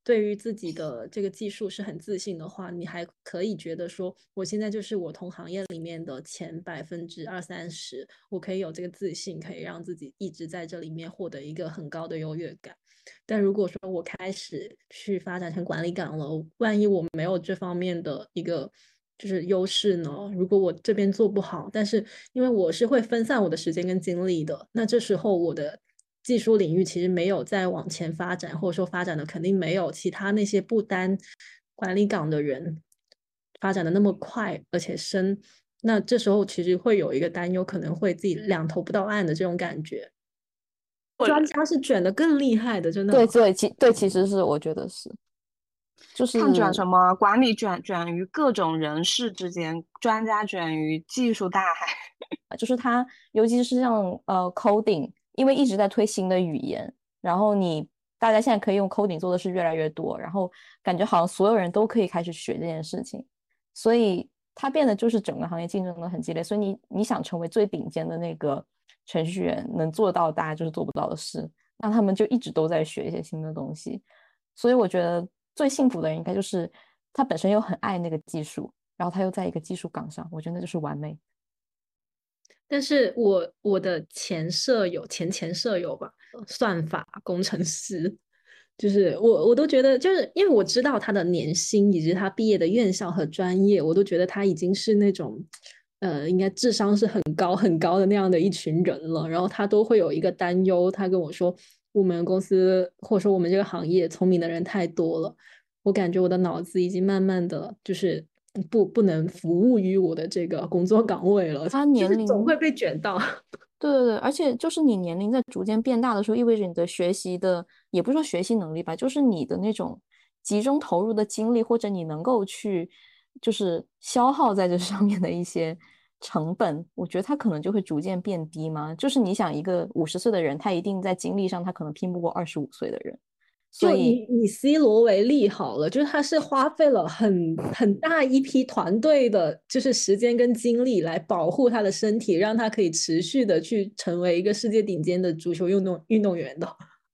D: 对于自己的这个技术是很自信的话，你还可以觉得说，我现在就是我同行业里面的前20%-30%，我可以有这个自信，可以让自己一直在这里面获得一个很高的优越感。但如果说我开始去发展成管理岗了，万一我没有这方面的一个就是优势呢？如果我这边做不好，但是因为我是会分散我的时间跟精力的，那这时候我的技术领域其实没有再往前发展，或者说发展的肯定没有其他那些不单管理岗的人发展的那么快而且深。那这时候其实会有一个担忧，可能会自己两头不到岸的这种感觉。专家是卷的更厉害的，真的。
C: 对，其实是我觉得是，就是
A: 看卷什么，管理卷于各种人事之间，专家卷于技术大海。
C: 就是它，尤其是像coding，因为一直在推新的语言，然后大家现在可以用 coding 做的事越来越多，然后感觉好像所有人都可以开始学这件事情，所以它变得就是整个行业竞争的很激烈，所以你想成为最顶尖的那个程序员，能做到大家就是做不到的事，那他们就一直都在学一些新的东西，所以我觉得最幸福的人应该就是他本身又很爱那个技术，然后他又在一个技术岗上，我觉得那就是完美。
D: 但是我的前舍友吧，算法工程师，就是我都觉得，就是因为我知道他的年薪以及他毕业的院校和专业，我都觉得他已经是那种应该智商是很高很高的那样的一群人了。然后他都会有一个担忧，他跟我说，我们公司或者说我们这个行业聪明的人太多了，我感觉我的脑子已经慢慢的就是不能服务于我的这个工作岗位了，
C: 他年龄
D: 总会被卷到。
C: 对，而且就是你年龄在逐渐变大的时候，意味着你的学习的，也不是说学习能力吧，就是你的那种集中投入的精力，或者你能够去就是消耗在这上面的一些成本，我觉得他可能就会逐渐变低嘛。就是你想一个50岁的人，他一定在精力上他可能拼不过25岁的人，所
D: 就
C: 以
D: 以 C 罗为例好了，就是他是花费了很大一批团队的，就是时间跟精力来保护他的身体，让他可以持续的去成为一个世界顶尖的足球运动员的。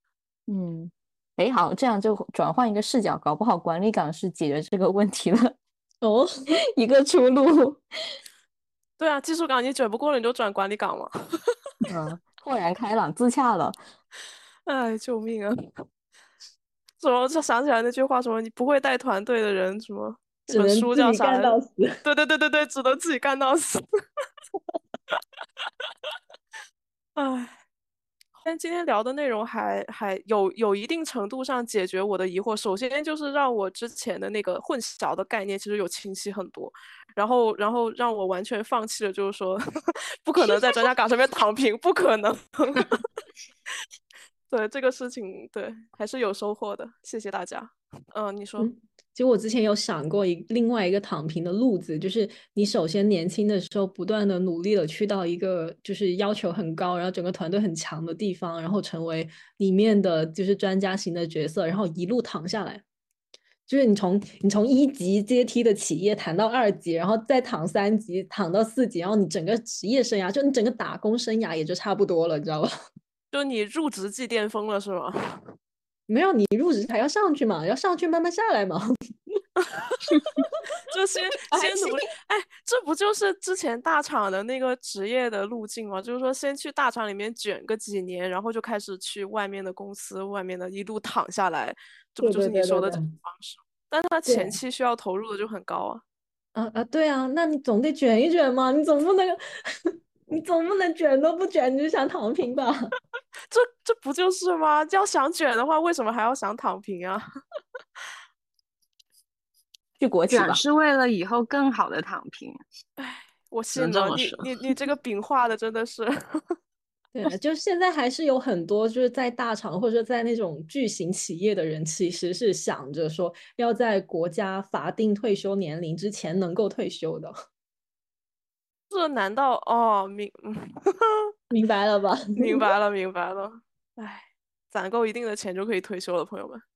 C: 好，这样就转换一个视角，搞不好管理岗是解决这个问题的
D: 哦，
C: 一个出路。
B: 对啊，技术岗你卷不过了，你就转管理岗嘛。
C: 豁然开朗，自洽了。
B: 哎，救命啊！什么？就想起来那句话，什么你不会带团队的人，什么那
D: 只
B: 本
D: 能自己
B: 书叫啥来着？
D: 干到死。
B: 对，只能自己干到死。哎，但今天聊的内容还有一定程度上解决我的疑惑。首先就是让我之前的那个混淆的概念其实有清晰很多，然后让我完全放弃了，就是说不可能在专家岗上面躺平，不可能。对这个事情，对还是有收获的，谢谢大家。你说。
D: 其实我之前有想过另外一个躺平的路子，就是你首先年轻的时候不断的努力的去到一个就是要求很高，然后整个团队很强的地方，然后成为里面的就是专家型的角色，然后一路躺下来，就是你从1级阶梯的企业谈到2级，然后再躺3级，躺到4级，然后你整个职业生涯，就你整个打工生涯也就差不多了，你知道吧？
B: 就你入职即巅峰了是吗？
D: 没有，你入职还要上去嘛，要上去慢慢下来嘛。
B: 就先努力，哎，这不就是之前大厂的那个职业的路径吗？就是说先去大厂里面卷个几年，然后就开始去外面的公司，外面的一路躺下来，这不就是你说的这种方式？但是他前期需要投入的就很高啊。
D: 对啊，那你总得卷一卷嘛，你总不能你总不能卷都不卷，你就想躺平吧？
B: 这不就是吗？要想卷的话，为什么还要想躺平啊？
C: 去国企吧，
A: 卷是为了以后更好的躺平。
B: 哎，我
A: 只能
B: 信了，
A: 这么说。
B: 你这个饼画的真的是。
D: 对，就现在还是有很多就是在大厂或者在那种巨型企业的人，其实是想着说要在国家法定退休年龄之前能够退休的。
B: 这难道哦
D: 明白了吧？
B: 明白了。哎，攒够一定的钱就可以退休了，朋友们。